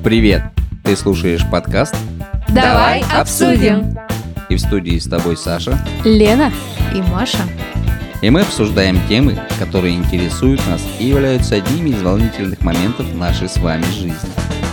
Привет! Ты слушаешь подкаст Давай обсудим. И в студии с тобой Саша, Лена и Маша. и мы обсуждаем темы, которые интересуют нас и являются одними из волнительных моментов нашей с вами жизни.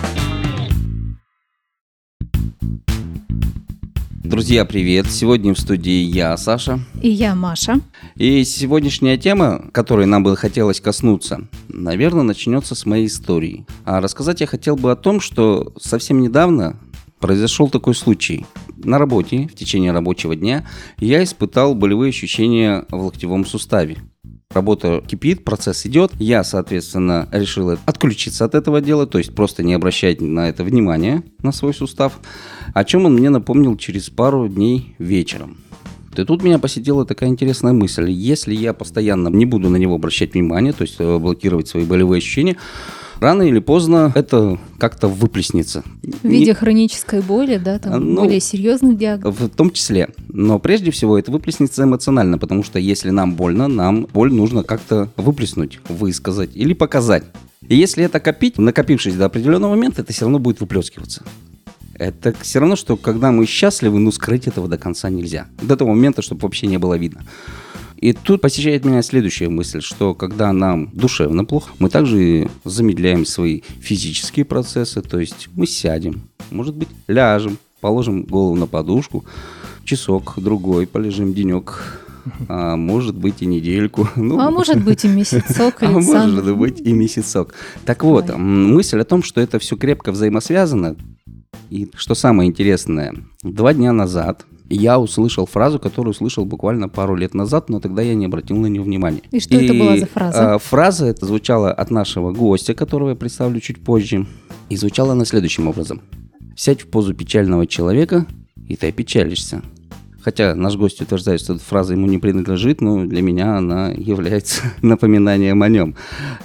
Друзья, привет! Сегодня в студии я, Саша. И я, Маша. И сегодняшняя тема, которой нам бы хотелось коснуться, наверное, начнется с моей истории. А рассказать я хотел бы о том, что совсем недавно произошел такой случай. На работе, в течение рабочего дня, я испытал болевые ощущения в локтевом суставе. Работа кипит, процесс идет. Я, соответственно, решил отключиться от этого дела, то есть просто не обращать на это внимания, на свой сустав, о чем он мне напомнил через пару дней вечером. И тут меня посетила такая интересная мысль. Если я постоянно не буду на него обращать внимание, то есть блокировать свои болевые ощущения, рано или поздно это как-то выплеснется. В виде хронической боли, да, там более серьезных диагнозов. В том числе. Но прежде всего это выплеснется эмоционально, потому что если нам больно, нам боль нужно как-то выплеснуть, высказать или показать. И если это копить, накопившись до определенного момента, это все равно будет выплескиваться. Это все равно, что когда мы счастливы, но скрыть этого до конца нельзя. До того момента, чтобы вообще не было видно. И тут посещает меня следующая мысль, что когда нам душевно плохо, мы также замедляем свои физические процессы, то есть мы сядем, может быть, ляжем, положим голову на подушку, часок, другой, полежим денек, а может быть и недельку. Может быть и месяцок. Может быть и месяцок. Так вот, мысль о том, что это все крепко взаимосвязано, и что самое интересное, 2 дня назад я услышал фразу, которую услышал буквально пару лет назад, но тогда я не обратил на нее внимания. И что это была за фраза? Фраза эта звучала от нашего гостя, которого я представлю чуть позже, и звучала она следующим образом. «Сядь в позу печального человека, и ты опечалишься». Хотя наш гость утверждает, что эта фраза ему не принадлежит, но для меня она является напоминанием о нем.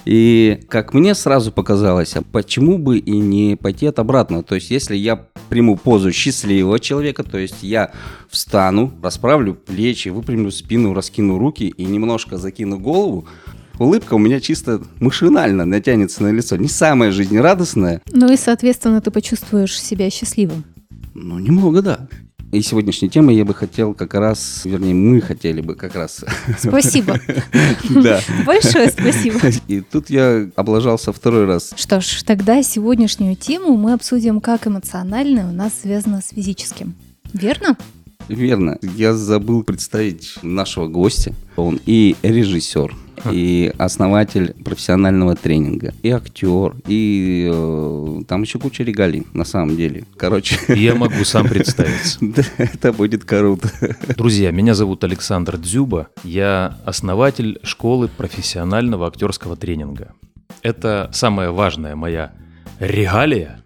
И как мне сразу показалось, почему бы и не пойти от обратного? То есть если я приму позу счастливого человека, то есть я встану, расправлю плечи, выпрямлю спину, раскину руки и немножко закину голову, улыбка у меня чисто машинально натянется на лицо. Не самая жизнерадостная. Ну и, соответственно, ты почувствуешь себя счастливым. Немного, да. И сегодняшней темой я бы хотел как раз, вернее, мы хотели бы как раз... Спасибо. Да. Большое спасибо. И тут я облажался второй раз. Что ж, тогда сегодняшнюю тему мы обсудим, как эмоциональное у нас связано с физическим. Верно? Верно. Я забыл представить нашего гостя. Он и режиссер, и основатель профессионального тренинга, и актер, и там еще куча регалий, на самом деле. Короче... Я могу сам представиться. Да, это будет круто. Друзья, меня зовут Александр Дзюба. Я основатель школы профессионального актерского тренинга. Это самая важная моя регалия.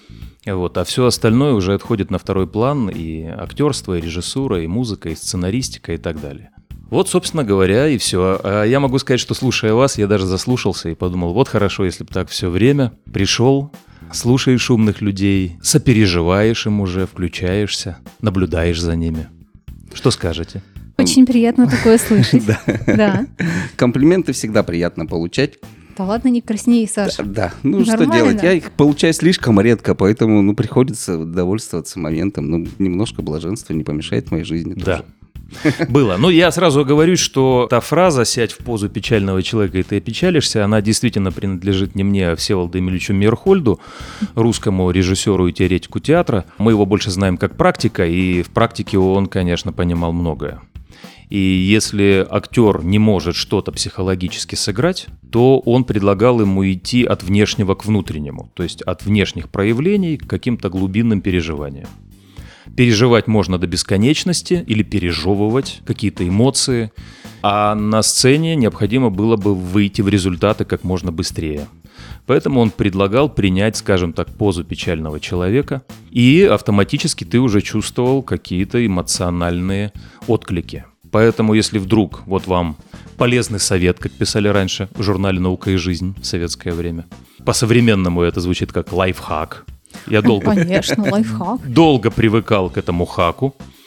А все остальное уже отходит на второй план, и актерство, и режиссура, и музыка, и сценаристика, и так далее. Вот, собственно говоря, и все. А я могу сказать, что слушая вас, я даже заслушался и подумал, вот хорошо, если бы так все время пришел, слушаешь умных людей, сопереживаешь им уже, включаешься, наблюдаешь за ними. Что скажете? Очень приятно такое слышать. Да. Комплименты всегда приятно получать. Да ладно, не красней, Саша. Да, что делать? Я их получаю слишком редко, поэтому приходится довольствоваться моментом. Немножко блаженства не помешает в моей жизни тоже. Было. Я сразу оговорюсь, что та фраза «сядь в позу печального человека, и ты опечалишься», она действительно принадлежит не мне, а Всеволоду Эмильевичу Мейерхольду, русскому режиссеру и теоретику театра. Мы его больше знаем как практика, и в практике он, конечно, понимал многое. И если актер не может что-то психологически сыграть, то он предлагал ему идти от внешнего к внутреннему, то есть от внешних проявлений к каким-то глубинным переживаниям. Переживать можно до бесконечности или пережевывать какие-то эмоции, а на сцене необходимо было бы выйти в результаты как можно быстрее. Поэтому он предлагал принять, скажем так, позу печального человека, и автоматически ты уже чувствовал какие-то эмоциональные отклики. Поэтому, если вдруг вам полезный совет, как писали раньше в журнале «Наука и жизнь» в советское время, по-современному это звучит как лайфхак. Я Конечно, лайфхак. долго привыкал к этому хаку.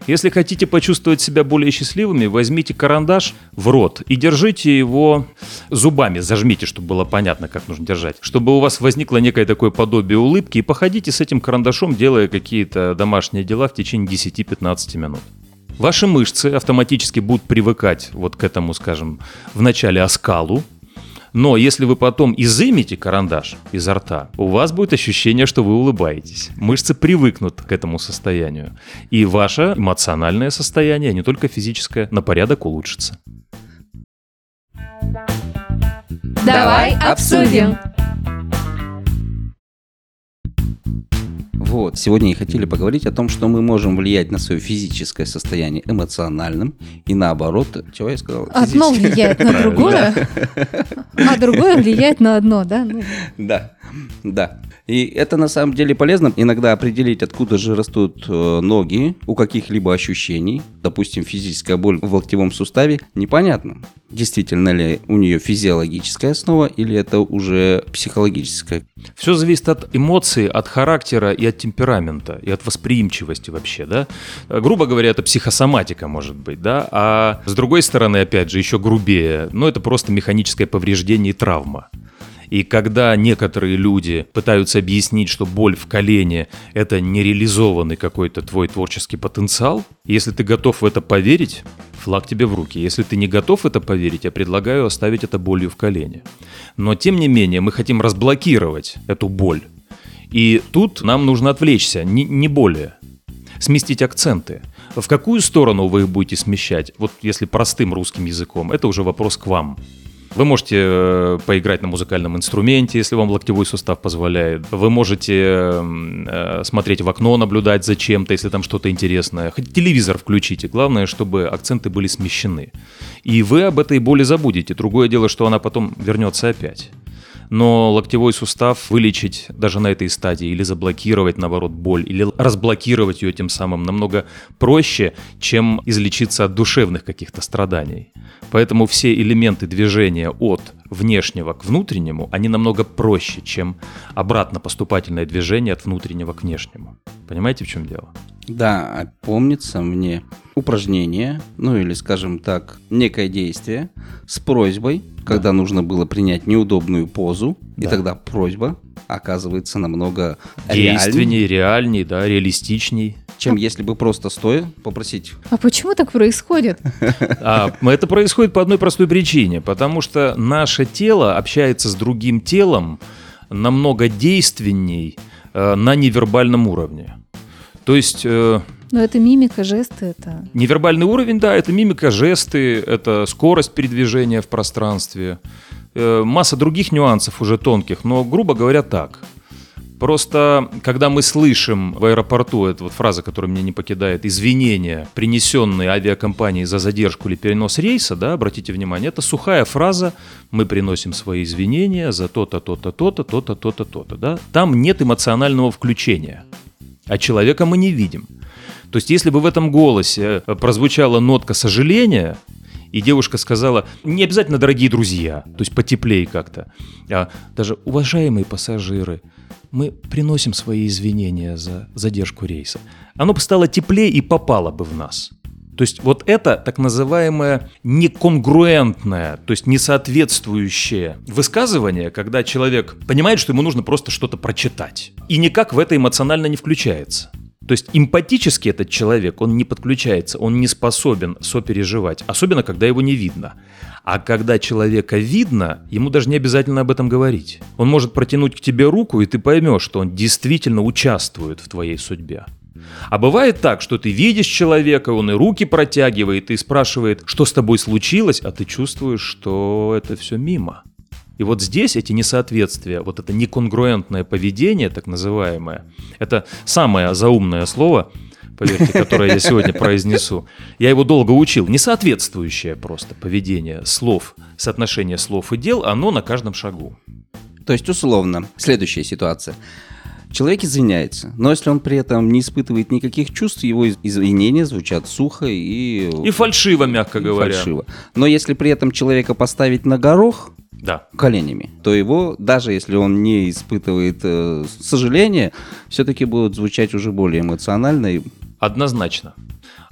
Если хотите почувствовать себя более счастливыми, возьмите карандаш в рот и держите его зубами, зажмите, чтобы было понятно, как нужно держать, чтобы у вас возникло некое такое подобие улыбки, и походите с этим карандашом, делая какие-то домашние дела в течение 10-15 минут. Ваши мышцы автоматически будут привыкать вот к этому, скажем, в начале оскалу, но если вы потом изымете карандаш изо рта, у вас будет ощущение, что вы улыбаетесь. Мышцы привыкнут к этому состоянию. И ваше эмоциональное состояние, не только физическое, на порядок улучшится. Давай обсудим. Вот, сегодня и хотели поговорить о том, что мы можем влиять на свое физическое состояние эмоциональным и наоборот, чего я сказал? Одно влияет на другое, а другое влияет на одно, да? Да. И это на самом деле полезно. Иногда определить, откуда же растут ноги у каких-либо ощущений. Допустим, физическая боль в локтевом суставе, непонятно, действительно ли у нее физиологическая основа или это уже психологическая. Все зависит от эмоций, от характера и от темперамента, и от восприимчивости вообще, да. Грубо говоря, это психосоматика может быть, да. А с другой стороны, опять же, еще грубее, это просто механическое повреждение и травма. И когда некоторые люди пытаются объяснить, что боль в колене – это нереализованный какой-то твой творческий потенциал, если ты готов в это поверить, флаг тебе в руки. Если ты не готов в это поверить, я предлагаю оставить это болью в колене. Но тем не менее мы хотим разблокировать эту боль. И тут нам нужно отвлечься, не более. Сместить акценты. В какую сторону вы их будете смещать? Вот если простым русским языком, это уже вопрос к вам. Вы можете поиграть на музыкальном инструменте, если вам локтевой сустав позволяет. Вы можете смотреть в окно, наблюдать за чем-то, если там что-то интересное. Хоть телевизор включите. Главное, чтобы акценты были смещены. И вы об этой боли забудете. Другое дело, что она потом вернется опять. Но локтевой сустав вылечить даже на этой стадии или заблокировать, наоборот, боль, или разблокировать ее тем самым намного проще, чем излечиться от душевных каких-то страданий. Поэтому все элементы движения от внешнего к внутреннему, они намного проще, чем обратно поступательное движение от внутреннего к внешнему. Понимаете, в чем дело? Да, помнится мне упражнение, или, скажем так, некое действие с просьбой, когда нужно было принять неудобную позу, и тогда просьба оказывается намного действенней, реальней, да, реалистичней. Чем если бы просто стоя попросить. А почему так происходит? Это происходит по одной простой причине, потому что наше тело общается с другим телом намного действенней на невербальном уровне. То есть... Но это мимика, жесты, это... Невербальный уровень, да, это мимика, жесты, это скорость передвижения в пространстве, масса других нюансов уже тонких, но, грубо говоря, так. Просто, когда мы слышим в аэропорту, это вот фраза, которая меня не покидает, извинения, принесенные авиакомпанией за задержку или перенос рейса, да, обратите внимание, это сухая фраза, мы приносим свои извинения за то-то, то-то, то-то, то-то, то-то, то-то, да. Там нет эмоционального включения, а человека мы не видим. То есть, если бы в этом голосе прозвучала нотка сожаления, и девушка сказала, не обязательно дорогие друзья, то есть потеплее как-то, а даже уважаемые пассажиры, мы приносим свои извинения за задержку рейса. Оно бы стало теплее и попало бы в нас. То есть вот это так называемое неконгруентное, то есть несоответствующее высказывание, когда человек понимает, что ему нужно просто что-то прочитать, и никак в это эмоционально не включается. То есть эмпатически этот человек, он не подключается, он не способен сопереживать, особенно когда его не видно. А когда человека видно, ему даже не обязательно об этом говорить. Он может протянуть к тебе руку, и ты поймешь, что он действительно участвует в твоей судьбе. А бывает так, что ты видишь человека, он и руки протягивает, и спрашивает, что с тобой случилось, а ты чувствуешь, что это все мимо. И вот здесь эти несоответствия, вот это неконгруентное поведение, так называемое, это самое заумное слово, поверьте, которое я сегодня произнесу. Я его долго учил. Несоответствующее просто поведение слов, соотношение слов и дел, оно на каждом шагу. То есть, условно, следующая ситуация. Человек извиняется, но если он при этом не испытывает никаких чувств, его извинения звучат сухо и фальшиво, мягко говоря. Фальшиво. Но если при этом человека поставить на горох, да, коленями, то его, даже если он не испытывает сожаления, все-таки будут звучать уже более эмоционально. Однозначно.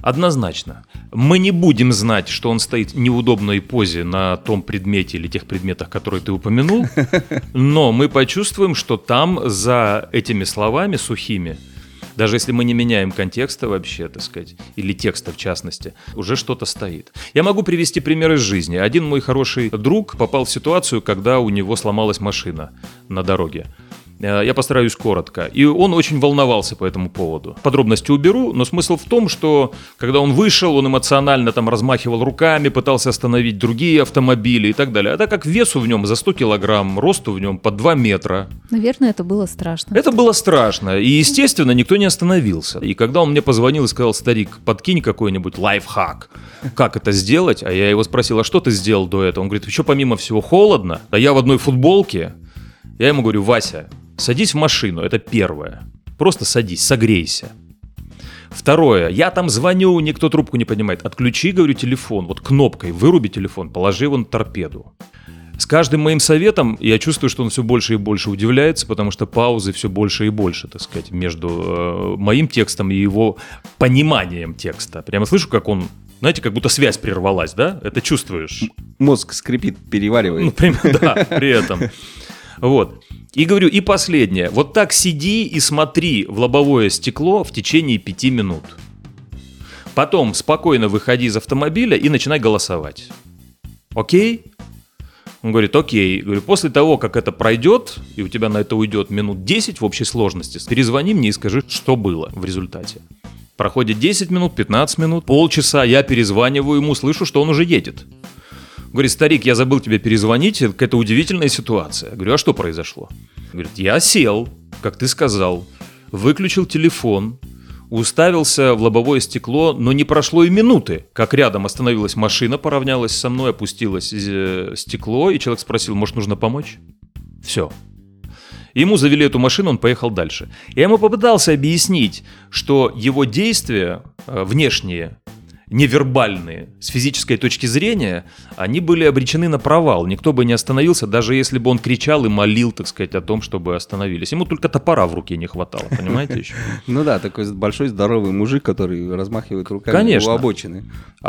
Однозначно. Мы не будем знать, что он стоит в неудобной позе на том предмете или тех предметах, которые ты упомянул, но мы почувствуем, что там за этими словами сухими, даже если мы не меняем контекста вообще, так сказать, или текста в частности, уже что-то стоит. Я могу привести пример из жизни. Один мой хороший друг попал в ситуацию, когда у него сломалась машина на дороге. Я постараюсь коротко. И он очень волновался по этому поводу. Подробности уберу, но смысл в том, что когда он вышел, он эмоционально там размахивал руками, пытался остановить другие автомобили и так далее. А так как весу в нем за 100 килограмм, росту в нем по 2 метра. Наверное, это было страшно. Это было страшно. И, естественно, никто не остановился. И когда он мне позвонил и сказал: старик, подкинь какой-нибудь лайфхак, как это сделать? А я его спросил: а что ты сделал до этого? Он говорит: еще помимо всего холодно, а я в одной футболке. Я ему говорю: Вася, садись в машину, это первое. Просто садись, согрейся. Второе, я там звоню, никто трубку не поднимает. Отключи, говорю, телефон, вот кнопкой выруби телефон, положи его на торпеду. С каждым моим советом я чувствую, что он все больше и больше удивляется, потому что паузы все больше и больше, так сказать, между моим текстом и его пониманием текста. Прямо слышу, как он, знаете, как будто связь прервалась, да? Это чувствуешь? Мозг скрипит, переваривает. Да, при этом. Вот. И говорю, и последнее. Вот так сиди и смотри в лобовое стекло в течение 5 минут. Потом спокойно выходи из автомобиля и начинай голосовать. Окей? Он говорит: окей. Говорю, после того, как это пройдет, и у тебя на это уйдет минут 10 в общей сложности, перезвони мне и скажи, что было в результате. Проходит 10 минут, 15 минут, полчаса, я перезваниваю ему, слышу, что он уже едет. Говорит: старик, я забыл тебе перезвонить, какая-то удивительная ситуация. Я говорю: а что произошло? Говорит: я сел, как ты сказал, выключил телефон, уставился в лобовое стекло, но не прошло и минуты, как рядом остановилась машина, поравнялась со мной, опустилось стекло, и человек спросил: может, нужно помочь? Все. Ему завели эту машину, он поехал дальше. Я ему попытался объяснить, что его действия внешние, невербальные, с физической точки зрения, они были обречены на провал. Никто бы не остановился, даже если бы он кричал и молил, так сказать, о том, чтобы остановились. Ему только топора в руке не хватало, понимаете еще? Ну да, такой большой здоровый мужик, который размахивает руками у обочины.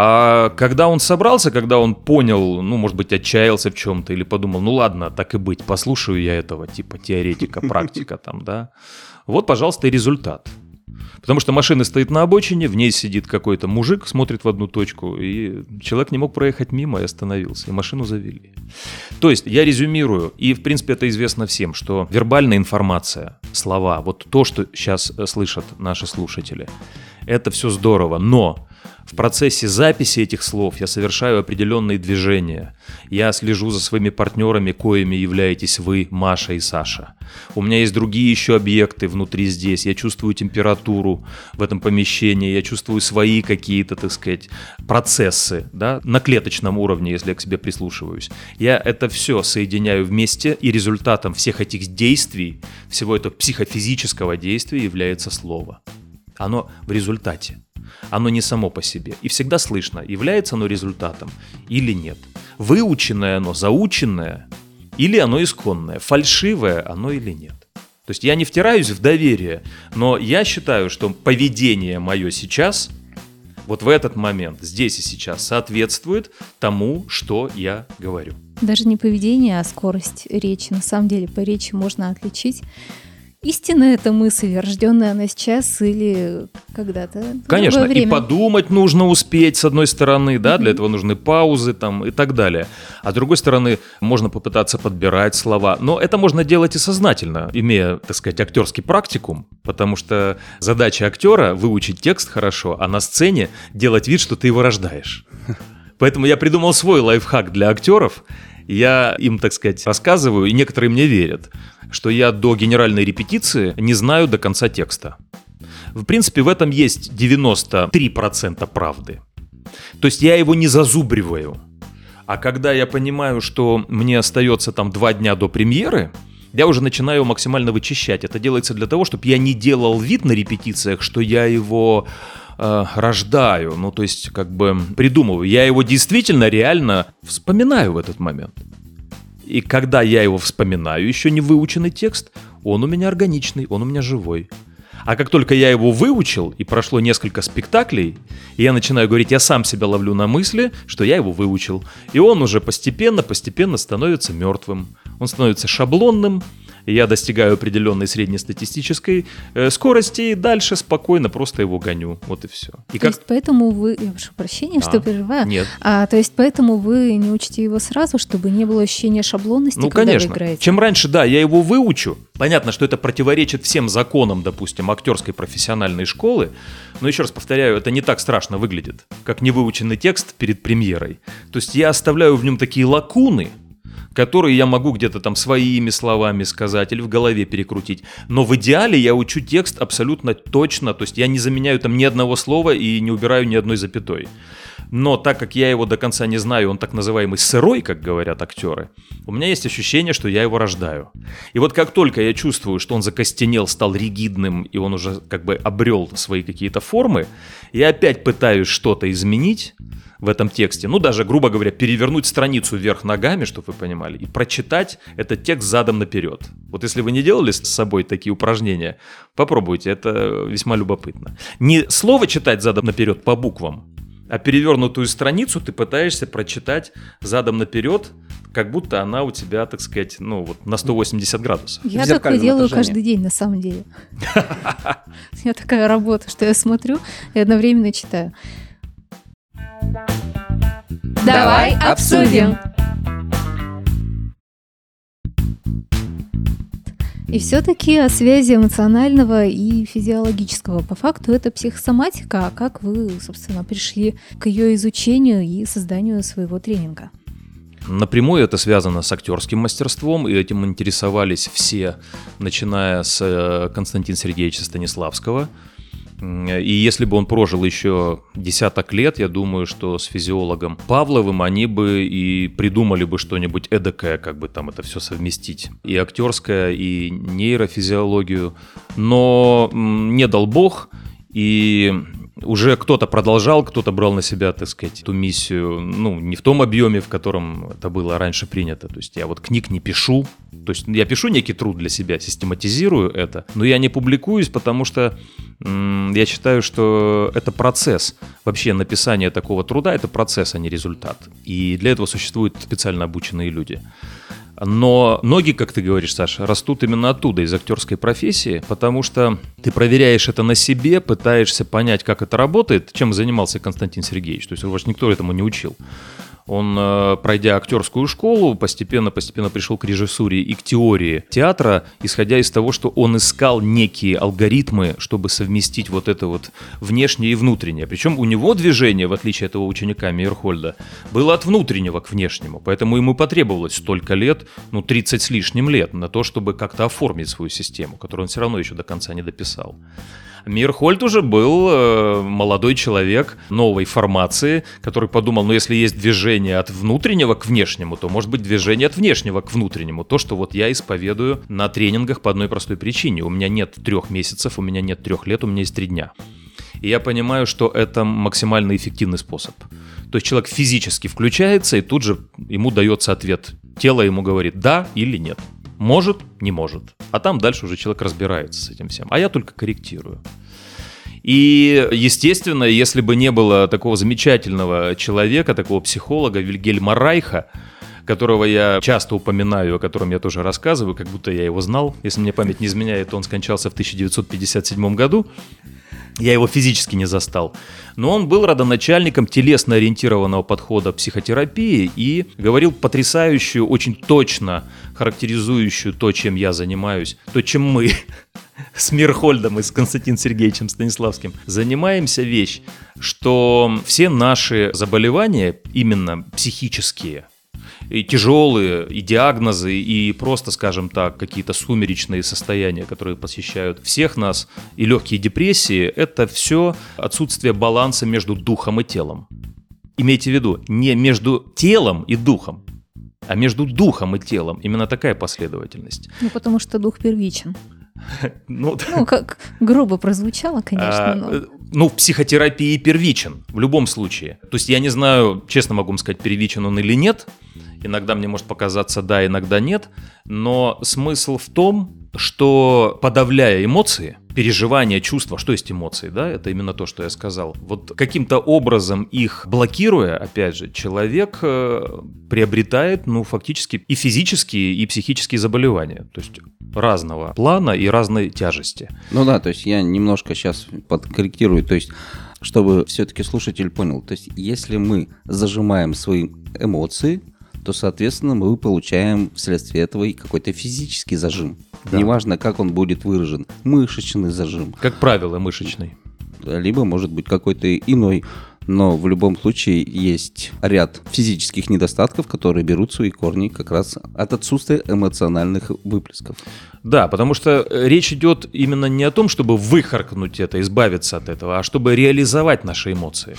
А когда он собрался, когда он понял, ну, может быть, отчаялся в чем-то или подумал: ну ладно, так и быть, послушаю я этого типа теоретика, практика там, да. Вот, пожалуйста, и результат. Потому что машина стоит на обочине, в ней сидит какой-то мужик, смотрит в одну точку, и человек не мог проехать мимо и остановился, и машину завели. То есть я резюмирую, и в принципе это известно всем, что вербальная информация, слова, вот то, что сейчас слышат наши слушатели, это все здорово, но в процессе записи этих слов я совершаю определенные движения. Я слежу за своими партнерами, коими являетесь вы, Маша и Саша. У меня есть другие еще объекты внутри здесь. Я чувствую температуру в этом помещении, я чувствую свои какие-то, так сказать, процессы, да, на клеточном уровне, если я к себе прислушиваюсь. Я это все соединяю вместе, и результатом всех этих действий, всего этого психофизического действия является слово. Оно в результате. Оно не само по себе. И всегда слышно, является оно результатом или нет. Выученное оно, заученное, или оно исконное. Фальшивое оно или нет. То есть я не втираюсь в доверие, но я считаю, что поведение мое сейчас, вот в этот момент, здесь и сейчас, соответствует тому, что я говорю. Даже не поведение, а скорость речи. На самом деле по речи можно отличить, истинная эта мысль, рожденная она сейчас или когда-то. Конечно, время. И подумать нужно успеть, с одной стороны, да, для этого нужны паузы там, и так далее. А с другой стороны, можно попытаться подбирать слова. Но это можно делать и сознательно, имея, так сказать, актерский практикум, потому что задача актера — выучить текст хорошо, а на сцене делать вид, что ты его рождаешь. Поэтому я придумал свой лайфхак для актеров. Я им, так сказать, рассказываю, и некоторые мне верят, что я до генеральной репетиции не знаю до конца текста. В принципе, в этом есть 93% правды. То есть я его не зазубриваю. А когда я понимаю, что мне остается там 2 дня до премьеры, я уже начинаю его максимально вычищать. Это делается для того, чтобы я не делал вид на репетициях, что я его рождаю, ну то есть как бы придумываю. Я его действительно реально вспоминаю в этот момент. И когда я его вспоминаю, еще не выученный текст, он у меня органичный, он у меня живой. А как только я его выучил, и прошло несколько спектаклей, и я начинаю говорить, я сам себя ловлю на мысли, что я его выучил. И он уже постепенно становится мертвым. Он становится шаблонным, я достигаю определенной среднестатистической скорости и дальше спокойно просто его гоню. Вот и все. То есть поэтому вы... Я прошу прощения, что переживаю. Нет. То есть поэтому вы не учите его сразу, чтобы не было ощущения шаблонности, когда конечно. вы играете? Чем раньше, да, я его выучу. Понятно, что это противоречит всем законам, допустим, актерской профессиональной школы. Но еще раз повторяю, это не так страшно выглядит, как невыученный текст перед премьерой. То есть я оставляю в нем такие лакуны, которые я могу где-то там своими словами сказать или в голове перекрутить. Но в идеале я учу текст абсолютно точно, то есть я не заменяю там ни одного слова и не убираю ни одной запятой. Но так как я его до конца не знаю, он так называемый сырой, как говорят актеры, у меня есть ощущение, что я его рождаю. И вот как только я чувствую, что он закостенел, стал ригидным, и он уже как бы обрел свои какие-то формы, я опять пытаюсь что-то изменить в этом тексте, ну даже, грубо говоря, перевернуть страницу вверх ногами, чтобы вы понимали, и прочитать этот текст задом наперед. Вот если вы не делали с собой такие упражнения, попробуйте, это весьма любопытно. Не слово читать задом наперед по буквам, а перевернутую страницу ты пытаешься прочитать задом наперед, как будто она у тебя, так сказать, ну вот на 180 градусов. Я такое делаю каждый день, на самом деле. У меня такая работа, что я смотрю и одновременно читаю. Давай обсудим. И все-таки о связи эмоционального и физиологического. По факту это психосоматика. А как вы, собственно, пришли к ее изучению и созданию своего тренинга? Напрямую это связано с актерским мастерством, и этим интересовались все, начиная с Константина Сергеевича Станиславского. И если бы он прожил еще десяток лет, я думаю, что с физиологом Павловым они бы и придумали бы что-нибудь эдакое, как бы там это все совместить. И актерское, и нейрофизиологию. Но не дал Бог, и уже кто-то продолжал, кто-то брал на себя, так сказать, эту миссию, ну, не в том объеме, в котором это было раньше принято. То есть я вот книг не пишу, то есть я пишу некий труд для себя, систематизирую это, но я не публикуюсь, потому что я считаю, что это процесс. Вообще написание такого труда – это процесс, а не результат. И для этого существуют специально обученные люди. Но ноги, как ты говоришь, Саша, растут именно оттуда, из актерской профессии, потому что ты проверяешь это на себе, пытаешься понять, как это работает, чем занимался Константин Сергеевич. То есть его же никто этому не учил. Он, пройдя актерскую школу, постепенно пришел к режиссуре и к теории театра, исходя из того, что он искал некие алгоритмы, чтобы совместить вот это вот внешнее и внутреннее. Причем у него движение, в отличие от этого ученика Мейерхольда, было от внутреннего к внешнему. Поэтому ему потребовалось столько лет, 30 с лишним лет, на то, чтобы как-то оформить свою систему, которую он все равно еще до конца не дописал. Мейерхольд уже был молодой человек новой формации, который подумал, если есть движение от внутреннего к внешнему, то может быть движение от внешнего к внутреннему. То, что вот я исповедую на тренингах по одной простой причине. У меня нет 3 месяцев, у меня нет 3 лет, у меня есть 3 дня. И я понимаю, что это максимально эффективный способ. То есть человек физически включается, и тут же ему дается ответ. Тело ему говорит «да» или «нет». Может, не может. А там дальше уже человек разбирается с этим всем. А я только корректирую. И, естественно, если бы не было такого замечательного человека, такого психолога Вильгельма Райха, которого я часто упоминаю, о котором я тоже рассказываю, как будто я его знал. Если мне память не изменяет, он скончался в 1957 году. Я его физически не застал. Но он был родоначальником телесно-ориентированного подхода психотерапии и говорил потрясающую, очень точно характеризующую то, чем я занимаюсь, то, чем мы с Мейерхольдом и с Константином Сергеевичем Станиславским занимаемся, вещь, что все наши заболевания, именно психические, и тяжелые, и диагнозы, и просто, скажем так, какие-то сумеречные состояния, которые посещают всех нас, и легкие депрессии, это все отсутствие баланса между духом и телом. Имейте в виду, не между телом и духом, а между духом и телом. Именно такая последовательность. Потому что дух первичен. Как грубо прозвучало, конечно. В психотерапии первичен, в любом случае. То есть я не знаю, честно могу сказать, первичен он или нет. Иногда мне может показаться да, иногда нет. Но смысл в том, что подавляя эмоции, переживания, чувства, что есть эмоции, да, это именно то, что я сказал. Вот каким-то образом их блокируя, опять же, человек приобретает, фактически и физические, и психические заболевания, то есть разного плана и разной тяжести. То есть я немножко сейчас подкорректирую, то есть чтобы все-таки слушатель понял, то есть если мы зажимаем свои эмоции, то, соответственно, мы получаем вследствие этого и какой-то физический зажим. Да. Неважно, как он будет выражен. Мышечный зажим. Как правило, мышечный. Либо, может быть, какой-то иной. Но в любом случае есть ряд физических недостатков, которые берут свои корни как раз от отсутствия эмоциональных выплесков. Да, потому что речь идет именно не о том, чтобы выхаркнуть это, избавиться от этого, а чтобы реализовать наши эмоции.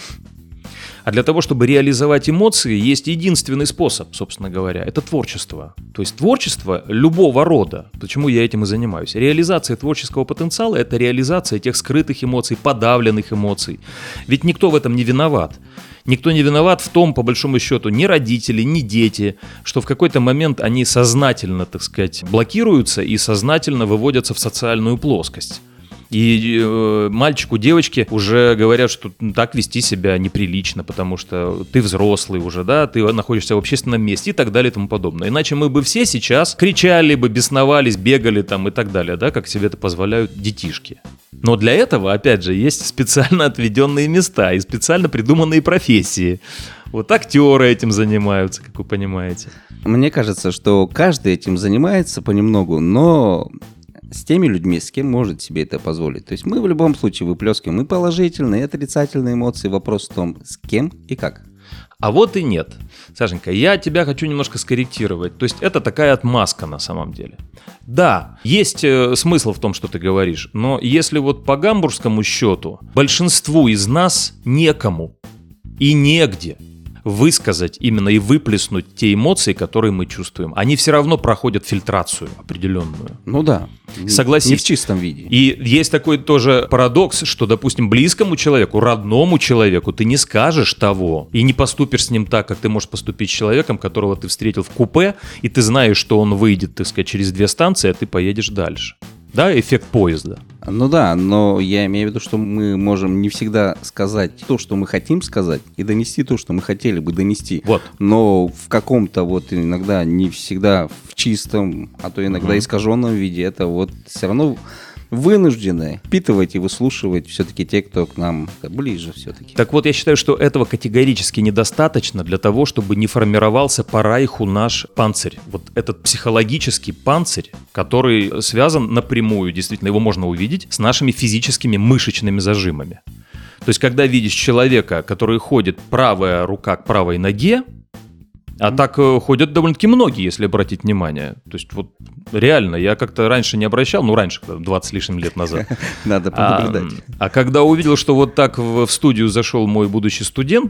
А для того, чтобы реализовать эмоции, есть единственный способ, собственно говоря, это творчество. То есть творчество любого рода. Почему я этим и занимаюсь? Реализация творческого потенциала – это реализация тех скрытых эмоций, подавленных эмоций. Ведь никто в этом не виноват. Никто не виноват в том, по большому счету, ни родители, ни дети, что в какой-то момент они сознательно, так сказать, блокируются и сознательно выводятся в социальную плоскость. И мальчику, девочке уже говорят, что так вести себя неприлично, потому что ты взрослый уже, да, ты находишься в общественном месте и так далее и тому подобное. Иначе мы бы все сейчас кричали бы, бесновались, бегали там и так далее, да, как себе это позволяют детишки. Но для этого, опять же, есть специально отведенные места и специально придуманные профессии. Вот актеры этим занимаются, как вы понимаете. Мне кажется, что каждый этим занимается понемногу, но с теми людьми, с кем может себе это позволить. То есть мы в любом случае выплескиваем и положительные, и отрицательные эмоции. Вопрос в том, с кем и как. А вот и нет. Сашенька, я тебя хочу немножко скорректировать. То есть это такая отмазка на самом деле. Да, есть смысл в том, что ты говоришь, но если вот по гамбургскому счету большинству из нас некому и негде высказать именно и выплеснуть те эмоции, которые мы чувствуем. Они все равно проходят фильтрацию определенную. Ну да. Согласись. Не в чистом виде. И есть такой тоже парадокс, что, допустим, близкому человеку, родному человеку ты не скажешь того и не поступишь с ним так, как ты можешь поступить с человеком, которого ты встретил в купе, и ты знаешь, что он выйдет, так сказать, через 2 станции, а ты поедешь дальше. Да, эффект поезда. Ну да, но я имею в виду, что мы можем не всегда сказать то, что мы хотим сказать, и донести то, что мы хотели бы донести. Вот. Но в каком-то вот иногда не всегда в чистом, а то иногда искаженном виде, это вот все равно вынуждены впитывать и выслушивать все-таки те, кто к нам ближе все-таки. Так вот, я считаю, что этого категорически недостаточно для того, чтобы не формировался по Райху наш панцирь. Вот этот психологический панцирь, который связан напрямую, действительно, его можно увидеть, с нашими физическими мышечными зажимами. То есть, когда видишь человека, который ходит правая рука к правой ноге, а так ходят довольно-таки многие, если обратить внимание. То есть вот реально, я как-то раньше не обращал, раньше, 20 с лишним лет назад. Надо понаблюдать. А когда увидел, что вот так в студию зашел мой будущий студент,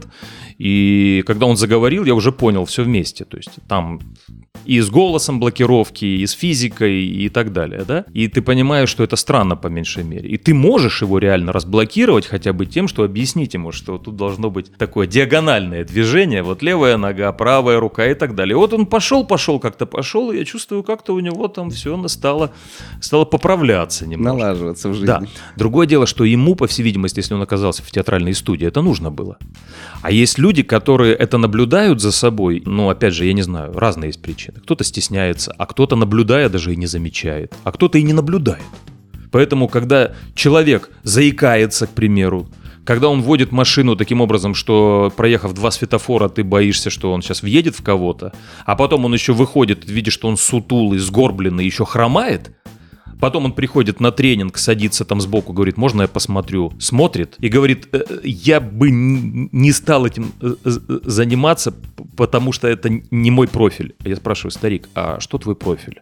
и когда он заговорил, я уже понял все вместе. То есть там и с голосом блокировки, и с физикой, и так далее, да? И ты понимаешь, что это странно по меньшей мере. И ты можешь его реально разблокировать хотя бы тем, что объяснить ему, что тут должно быть такое диагональное движение, вот левая нога, правая рука и так далее. Вот он пошел, и я чувствую, как-то у него там все стало поправляться немножко. Налаживаться в жизни. Да. Другое дело, что ему, по всей видимости, если он оказался в театральной студии, это нужно было. А есть люди, которые это наблюдают за собой, опять же, я не знаю, разные есть причины. Кто-то стесняется, а кто-то, наблюдая, даже и не замечает, а кто-то и не наблюдает. Поэтому, когда человек заикается, к примеру, когда он водит машину таким образом, что, проехав 2 светофора, ты боишься, что он сейчас въедет в кого-то, а потом он еще выходит, видишь, что он сутулый, сгорбленный, еще хромает, потом он приходит на тренинг, садится там сбоку, говорит, можно я посмотрю? Смотрит и говорит, я бы не стал этим заниматься, потому что это не мой профиль. Я спрашиваю, старик, а что твой профиль?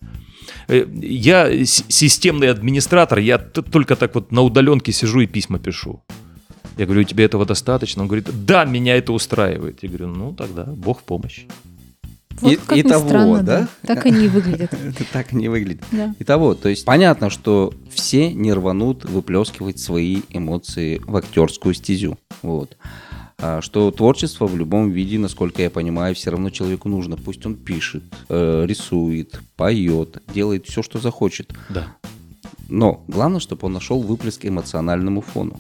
Я системный администратор, я только так вот на удаленке сижу и письма пишу. Я говорю, тебе этого достаточно? Он говорит, да, меня это устраивает. Я говорю, тогда Бог в помощь. Вот как ни странно, да? Так они и выглядят. Так они выглядят. Да. Итого, то есть понятно, что все не рванут выплескивать свои эмоции в актерскую стезю. Вот. что творчество в любом виде, насколько я понимаю, все равно человеку нужно. Пусть он пишет, рисует, поет, делает все, что захочет. Да. Но главное, чтобы он нашел выплеск эмоциональному фону.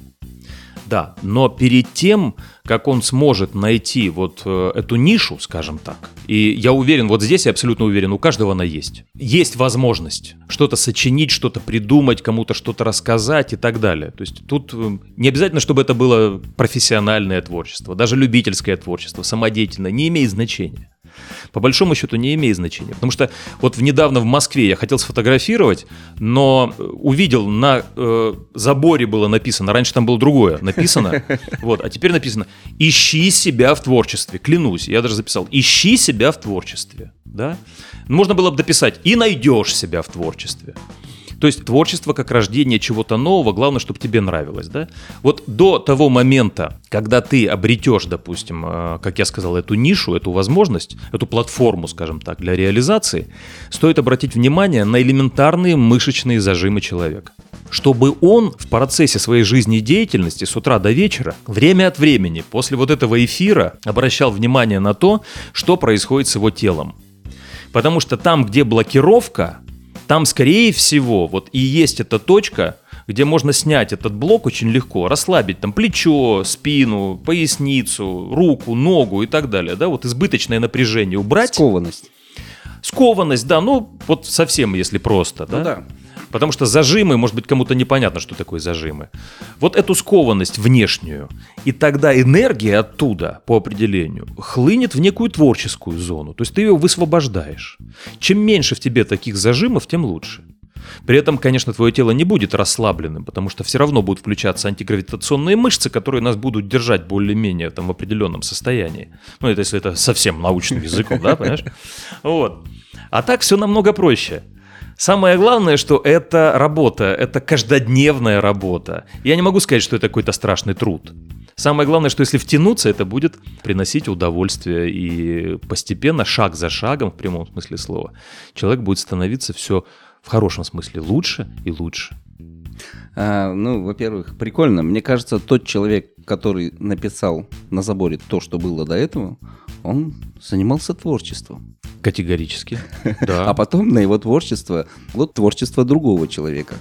Да, но перед тем, как он сможет найти вот эту нишу, скажем так, и я уверен, вот здесь я абсолютно уверен, у каждого она есть. Есть возможность что-то сочинить, что-то придумать, кому-то что-то рассказать и так далее. То есть тут не обязательно, чтобы это было профессиональное творчество, даже любительское творчество, самодеятельное, не имеет значения. По большому счету не имеет значения. Потому что вот недавно в Москве я хотел сфотографировать, но увидел на заборе было написано, раньше там было другое написано, вот, а теперь написано «Ищи себя в творчестве». Клянусь, я даже записал «Ищи себя в творчестве». Да? Можно было бы дописать «И найдешь себя в творчестве». То есть творчество как рождение чего-то нового, главное, чтобы тебе нравилось, да? Вот до того момента, когда ты обретешь, допустим, как я сказал, эту нишу, эту возможность, эту платформу, скажем так, для реализации, стоит обратить внимание на элементарные мышечные зажимы человека. Чтобы он в процессе своей жизнедеятельности с утра до вечера, время от времени, после вот этого эфира, обращал внимание на то, что происходит с его телом. Потому что там, где блокировка, там, скорее всего, вот и есть эта точка, где можно снять этот блок очень легко, расслабить там плечо, спину, поясницу, руку, ногу и так далее, да, вот избыточное напряжение убрать. Скованность, да, ну вот совсем, если просто, да. Ну да. Потому что зажимы, может быть, кому-то непонятно, что такое зажимы. Вот эту скованность внешнюю, и тогда энергия оттуда, по определению, хлынет в некую творческую зону. То есть ты ее высвобождаешь. Чем меньше в тебе таких зажимов, тем лучше. При этом, конечно, твое тело не будет расслабленным, потому что все равно будут включаться антигравитационные мышцы, которые нас будут держать более-менее там в определенном состоянии. Ну, это если это совсем научным языком, да, понимаешь? Вот. А так все намного проще. Самое главное, что это работа, это каждодневная работа. Я не могу сказать, что это какой-то страшный труд. Самое главное, что если втянуться, это будет приносить удовольствие. И постепенно, шаг за шагом, в прямом смысле слова, человек будет становиться все в хорошем смысле лучше и лучше. Во-первых, прикольно. Мне кажется, тот человек, который написал на заборе то, что было до этого, он занимался творчеством. Категорически, да. А потом на его творчество, вот творчество другого человека.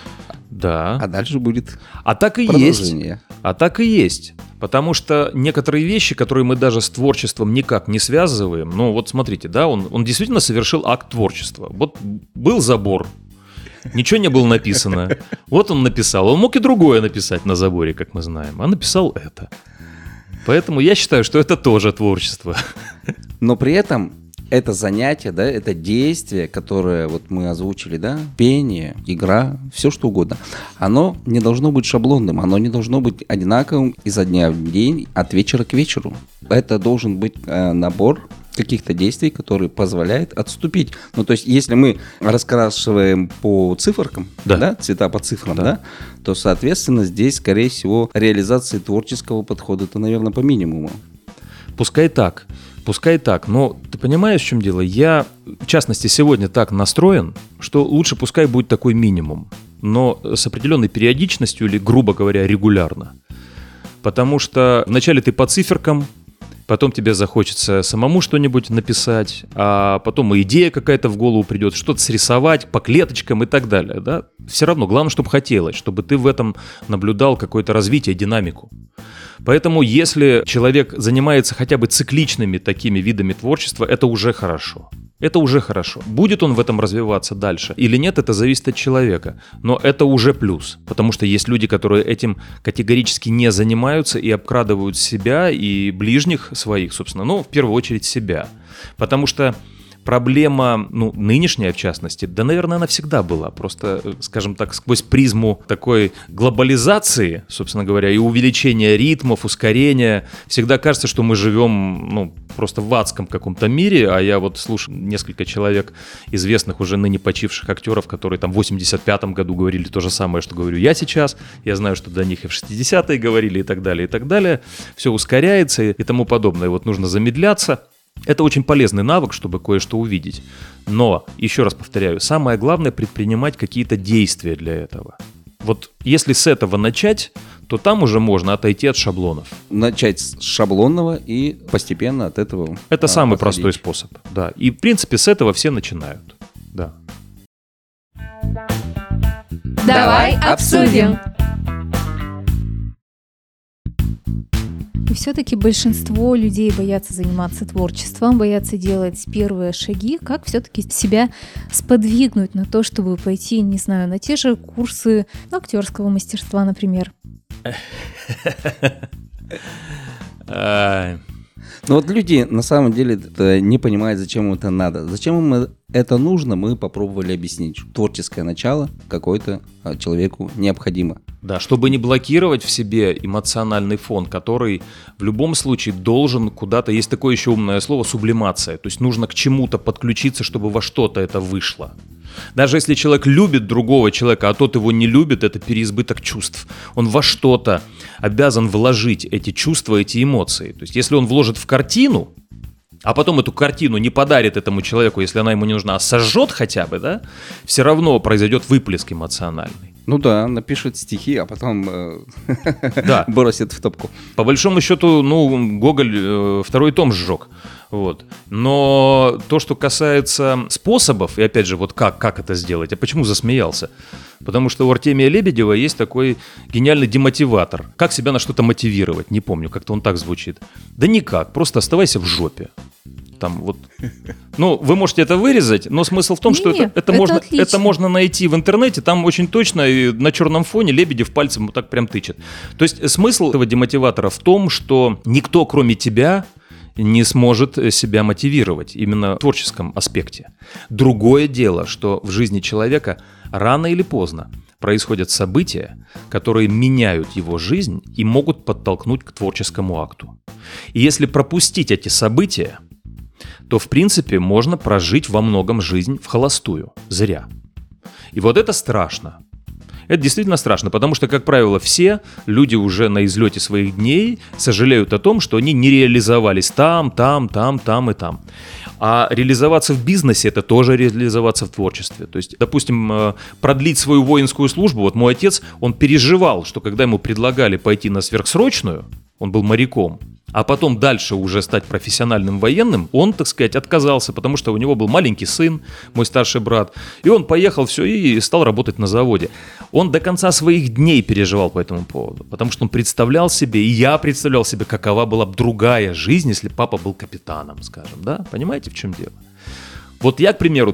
Да. А дальше будет так и продолжение. есть. А так и есть. Потому что некоторые вещи, которые мы даже с творчеством никак не связываем, ну вот смотрите, да, он действительно совершил акт творчества. Вот был забор, ничего не было написано. Вот он написал. Он мог и другое написать на заборе, как мы знаем, а написал это. Поэтому я считаю, что это тоже творчество. Но при этом это занятие, да, это действие, которое вот мы озвучили, да, пение, игра, все что угодно, оно не должно быть шаблонным, оно не должно быть одинаковым изо дня в день, от вечера к вечеру. Это должен быть набор каких-то действий, которые позволяют отступить. Ну, то есть, если мы раскрашиваем по циферкам, да, цвета по цифрам, да, то, соответственно, здесь, скорее всего, реализация творческого подхода-то, наверное, по минимуму. Пускай так, но ты понимаешь, в чем дело? Я, в частности, сегодня так настроен, что лучше пускай будет такой минимум, но с определенной периодичностью или, грубо говоря, регулярно. Потому что вначале ты по циферкам, потом тебе захочется самому что-нибудь написать, а потом и идея какая-то в голову придет, что-то срисовать по клеточкам и так далее. Да? Все равно, главное, чтобы хотелось, чтобы ты в этом наблюдал какое-то развитие, динамику. Поэтому, если человек занимается хотя бы цикличными такими видами творчества, это уже хорошо. Это уже хорошо. Будет он в этом развиваться дальше или нет, это зависит от человека. Но это уже плюс, потому что есть люди, которые этим категорически не занимаются и обкрадывают себя и ближних своих, собственно, ну, в первую очередь себя. Потому что проблема, нынешняя в частности, да, наверное, она всегда была. Просто, скажем так, сквозь призму такой глобализации, собственно говоря, и увеличения ритмов, ускорения, всегда кажется, что мы живем, просто в адском каком-то мире, а я вот слушаю несколько человек, известных уже ныне почивших актеров, которые там в 85-м году говорили то же самое, что говорю я сейчас. Я знаю, что до них и в 60-е говорили и так далее, и так далее. Все ускоряется и тому подобное. Вот нужно замедляться. Это очень полезный навык, чтобы кое-что увидеть. Но, еще раз повторяю, самое главное — предпринимать какие-то действия для этого. Вот если с этого начать, то там уже можно отойти от шаблонов. Начать с шаблонного и постепенно от этого Это самый подходить. простой способ. Да. И, в принципе, с этого все начинают. Да. Давай обсудим. И все-таки большинство людей боятся заниматься творчеством, боятся делать первые шаги. Как все-таки себя сподвигнуть на то, чтобы пойти, не знаю, на те же курсы актерского мастерства, например? Но вот люди на самом деле не понимают, зачем им это надо. Зачем им это нужно, мы попробовали объяснить. Творческое начало какое-то человеку необходимо. Да, чтобы не блокировать в себе эмоциональный фон, который в любом случае должен куда-то... Есть такое еще умное слово — сублимация. То есть нужно к чему-то подключиться, чтобы во что-то это вышло. Даже если человек любит другого человека, а тот его не любит, это переизбыток чувств. Он во что-то обязан вложить эти чувства, эти эмоции. То есть если он вложит в картину, а потом эту картину не подарит этому человеку, если она ему не нужна, а сожжет хотя бы, да, все равно произойдет выплеск эмоциональный. Ну да, напишет стихи, а потом Да. бросит в топку. По большому счету, Гоголь второй том сжег. Вот. Но то, что касается способов, и опять же, вот как это сделать, а почему засмеялся? Потому что у Артемия Лебедева есть такой гениальный демотиватор. Как себя на что-то мотивировать? Не помню, как-то он так звучит. Да никак, просто оставайся в жопе. Там вот. Ну, вы можете это вырезать, но смысл в том, что это можно найти в интернете, там очень точно и на черном фоне Лебедев пальцем вот так прям тычет. То есть смысл этого демотиватора в том, что никто, кроме тебя, не сможет себя мотивировать именно в творческом аспекте. Другое дело, что в жизни человека рано или поздно происходят события, которые меняют его жизнь и могут подтолкнуть к творческому акту. И если пропустить эти события, то, в принципе, можно прожить во многом жизнь вхолостую, зря. И вот это страшно. Это действительно страшно, потому что, как правило, все люди уже на излете своих дней сожалеют о том, что они не реализовались там. А реализоваться в бизнесе – это тоже реализоваться в творчестве. То есть, допустим, продлить свою воинскую службу. Вот мой отец, он переживал, что когда ему предлагали пойти на сверхсрочную, он был моряком, а потом дальше уже стать профессиональным военным, он, так сказать, отказался, потому что у него был маленький сын, мой старший брат, и он поехал все и стал работать на заводе. Он до конца своих дней переживал по этому поводу, потому что он представлял себе, и я представлял себе, какова была бы другая жизнь, если папа был капитаном, скажем, да? Понимаете, в чем дело? Вот я, к примеру,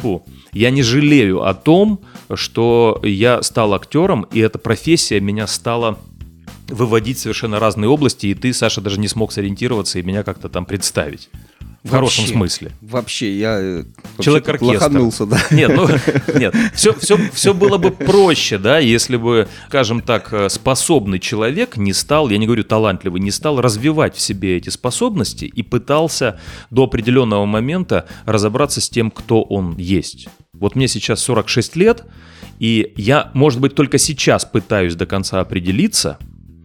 я не жалею о том, что я стал актером, и эта профессия меня стала выводить в совершенно разные области, и ты, Саша, даже не смог сориентироваться и меня как-то там представить. В хорошем смысле. Вообще, я Человек-оркестр. лоханулся, да. Нет, все было бы проще, да, если бы, скажем так, способный человек не стал, я не говорю талантливый, не стал развивать в себе эти способности и пытался до определенного момента разобраться с тем, кто он есть. Вот мне сейчас 46 лет, и я, может быть, только сейчас пытаюсь до конца определиться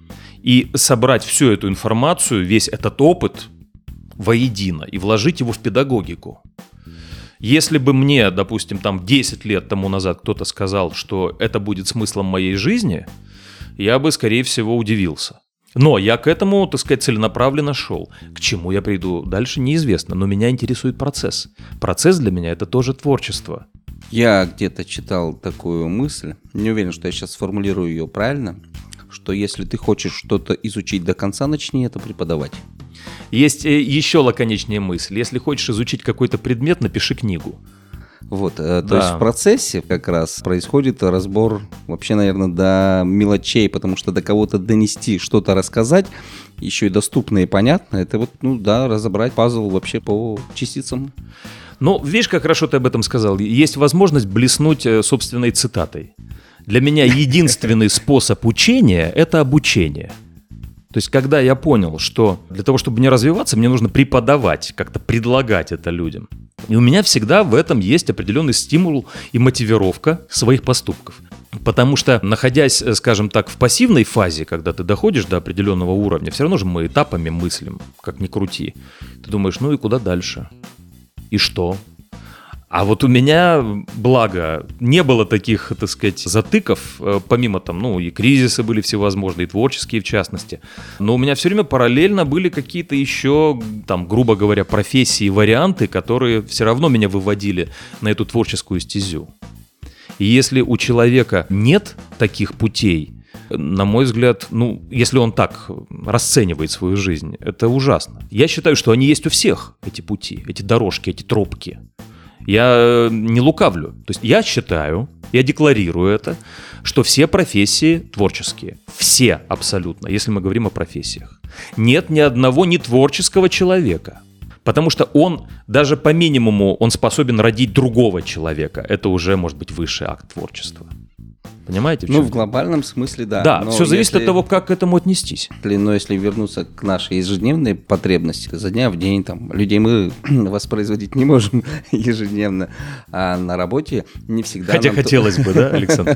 и собрать всю эту информацию, весь этот опыт воедино и вложить его в педагогику. Если бы мне, допустим, там 10 лет тому назад кто-то сказал, что это будет смыслом моей жизни, я бы, скорее всего, удивился. Но я к этому, так сказать, целенаправленно шел. К чему я приду дальше, неизвестно, но меня интересует процесс. Процесс для меня – это тоже творчество. Я где-то читал такую мысль, не уверен, что я сейчас сформулирую ее правильно, что если ты хочешь что-то изучить до конца, начни это преподавать. Есть еще лаконичнее мысль. Если хочешь изучить какой-то предмет, напиши книгу. Вот, то есть в процессе как раз происходит разбор вообще, наверное, до мелочей, потому что до кого-то донести, что-то рассказать, еще и доступно и понятно, это вот, разобрать пазл вообще по частицам. Ну, видишь, как хорошо ты об этом сказал. Есть возможность блеснуть собственной цитатой. Для меня единственный способ учения – это обучение. То есть, когда я понял, что для того, чтобы не развиваться, мне нужно преподавать, как-то предлагать это людям. И у меня всегда в этом есть определенный стимул и мотивировка своих поступков. Потому что, находясь, скажем так, в пассивной фазе, когда ты доходишь до определенного уровня, все равно же мы этапами мыслим, как ни крути. Ты думаешь, и куда дальше? И что? А вот у меня, благо, не было таких, так сказать, затыков, помимо там, и кризисы были всевозможные, и творческие в частности. Но у меня все время параллельно были какие-то еще, там, грубо говоря, профессии, варианты, которые все равно меня выводили на эту творческую стезю. И если у человека нет таких путей, на мой взгляд, если он так расценивает свою жизнь, это ужасно. Я считаю, что они есть у всех, эти пути, эти дорожки, эти тропки. Я не лукавлю. То есть я считаю, я декларирую это, что все профессии творческие. Все абсолютно, если мы говорим о профессиях. Нет ни одного нетворческого человека. Потому что он, даже по минимуму, он способен родить другого человека. Это уже может быть высший акт творчества. Понимаете? В глобальном смысле, да. Да, все зависит от того, как к этому отнестись. Но если вернуться к нашей ежедневной потребности, за дня в день, людей мы воспроизводить не можем ежедневно, а на работе не всегда... Хотя хотелось бы, да, Александр?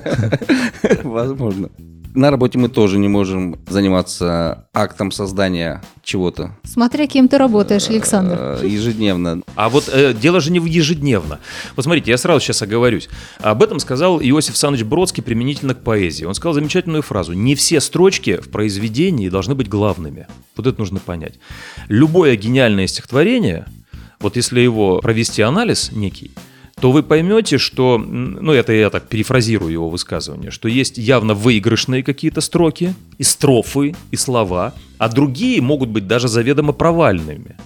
Возможно. На работе мы тоже не можем заниматься актом создания чего-то. Смотря кем ты работаешь, Александр. Ежедневно. А вот дело же не в ежедневно. Вот смотрите, я сразу сейчас оговорюсь. Об этом сказал Иосиф Александрович Бродский применительно к поэзии. Он сказал замечательную фразу: «Не все строчки в произведении должны быть главными». Вот это нужно понять. Любое гениальное стихотворение, вот если его провести анализ некий, то вы поймете, что, это я так перефразирую его высказывание, что есть явно выигрышные какие-то строки, и строфы, и слова, а другие могут быть даже заведомо провальными.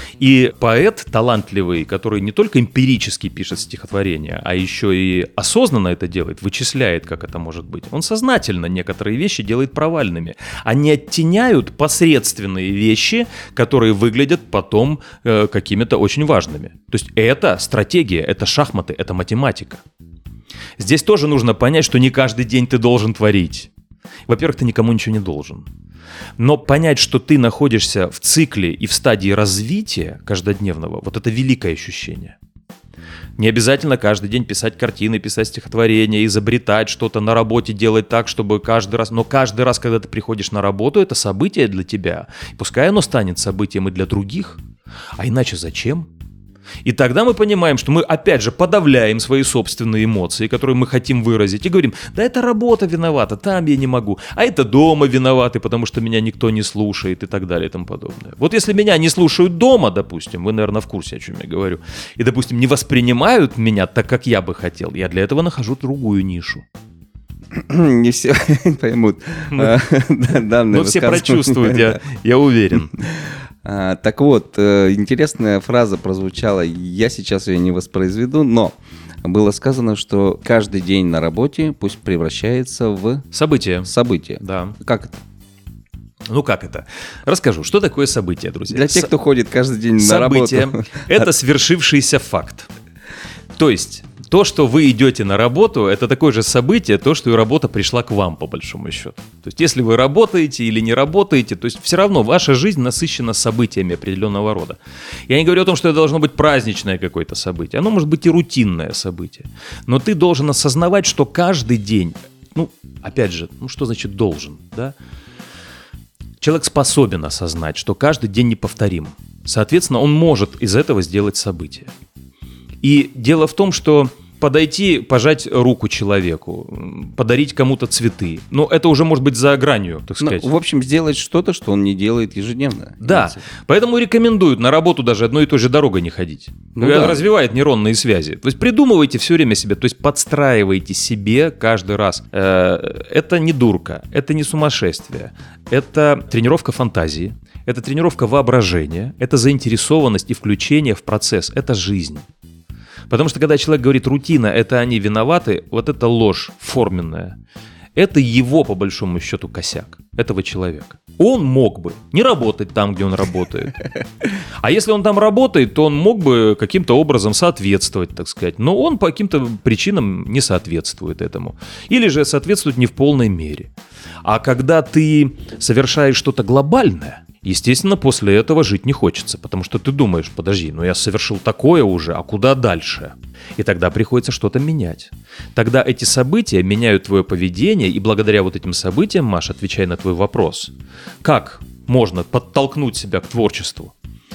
И поэт талантливый, который не только эмпирически пишет стихотворения, а еще и осознанно это делает, вычисляет, как это может быть, он сознательно некоторые вещи делает провальными. Они оттеняют посредственные вещи, которые выглядят потом какими-то очень важными. То есть это стратегия, это шахматы, это математика. Здесь тоже нужно понять, что не каждый день ты должен творить. Во-первых, ты никому ничего не должен. Но понять, что ты находишься в цикле и в стадии развития каждодневного, вот это великое ощущение. Не обязательно каждый день писать картины, писать стихотворения, изобретать что-то на работе, делать так, чтобы каждый раз... Но каждый раз, когда ты приходишь на работу, это событие для тебя. Пускай оно станет событием и для других. А иначе зачем? И тогда мы понимаем, что мы опять же подавляем свои собственные эмоции, которые мы хотим выразить, и говорим: да это работа виновата, там я не могу, а это дома виноваты, потому что меня никто не слушает и так далее и тому подобное. Вот если меня не слушают дома, допустим, вы, наверное, в курсе, о чем я говорю, и, допустим, не воспринимают меня так, как я бы хотел, я для этого нахожу другую нишу. Не все поймут данное высказывание. Но все прочувствуют, я уверен. Так вот, интересная фраза прозвучала, я сейчас ее не воспроизведу, но было сказано, что каждый день на работе пусть превращается в... Событие. Да. Как это? Как это? Расскажу, что такое событие, друзья. Для тех, кто ходит каждый день на работу. Событие – это свершившийся факт. То есть... То, что вы идете на работу, это такое же событие, то, что и работа пришла к вам, по большому счету. То есть, если вы работаете или не работаете, то есть, все равно ваша жизнь насыщена событиями определенного рода. Я не говорю о том, что это должно быть праздничное какое-то событие. Оно может быть и рутинное событие. Но ты должен осознавать, что каждый день, опять же, что значит должен, да? Человек способен осознать, что каждый день неповторим. Соответственно, он может из этого сделать событие. И дело в том, что подойти, пожать руку человеку, подарить кому-то цветы, это уже может быть за гранью, так сказать. В общем, сделать что-то, что он не делает ежедневно. Да, поэтому рекомендуют на работу даже одной и той же дорогой не ходить. Это развивает нейронные связи. То есть придумывайте все время себе, то есть подстраивайте себе каждый раз. Это не дурка, это не сумасшествие, это тренировка фантазии, это тренировка воображения, это заинтересованность и включение в процесс, это жизнь. Потому что когда человек говорит рутина, это они виноваты, вот это ложь форменная. Это его, по большому счету, косяк, этого человека. Он мог бы не работать там, где он работает. А если он там работает, то он мог бы каким-то образом соответствовать, так сказать. Но он по каким-то причинам не соответствует этому. Или же соответствует не в полной мере. А когда ты совершаешь что-то глобальное, естественно, после этого жить не хочется, потому что ты думаешь: подожди, я совершил такое уже, а куда дальше? И тогда приходится что-то менять. Тогда эти события меняют твое поведение, и благодаря вот этим событиям, Маш, отвечая на твой вопрос, как можно подтолкнуть себя к творчеству?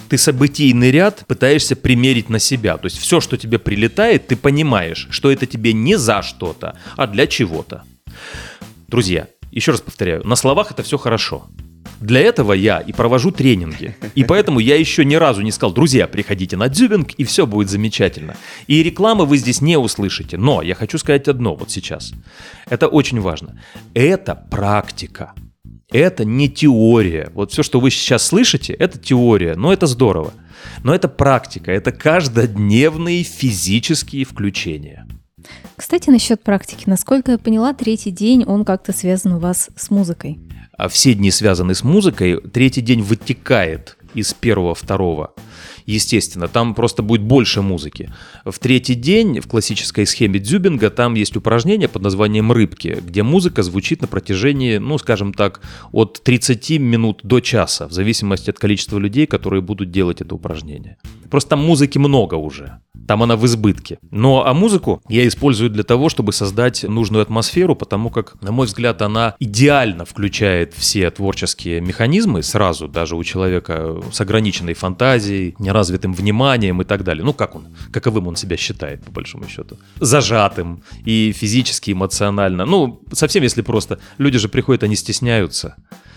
ты событийный ряд пытаешься примерить на себя. То есть все, что тебе прилетает, ты понимаешь, что это тебе не за что-то, а для чего-то. Друзья, еще раз повторяю, на словах это все хорошо. Для этого я и провожу тренинги. И поэтому я еще ни разу не сказал: друзья, приходите на дзюбинг, и все будет замечательно. И рекламы вы здесь не услышите. Но я хочу сказать одно вот сейчас. Это очень важно. Это практика. Это не теория. Вот все, что вы сейчас слышите, это теория. Но это здорово. Но это практика. Это каждодневные физические включения. Кстати, насчет практики. Насколько я поняла, 3-й день, он как-то связан у вас с музыкой. А все дни связаны с музыкой. 3-й день вытекает из 1-го, 2-го. Естественно, там просто будет больше музыки. В 3-й день в классической схеме дзюбинга там есть упражнение под названием «Рыбки», где музыка звучит на протяжении, ну, скажем так, от 30 минут до часа, в зависимости от количества людей, которые будут делать это упражнение. Просто там музыки много уже. Там она в избытке. А музыку я использую для того, чтобы создать нужную атмосферу, потому как, на мой взгляд, она идеально включает все творческие механизмы сразу, даже у человека с ограниченной фантазией, неразвитым вниманием и так далее. Каковым он себя считает, по большому счету. Зажатым и физически, эмоционально. Совсем если просто. Люди же приходят, они стесняются.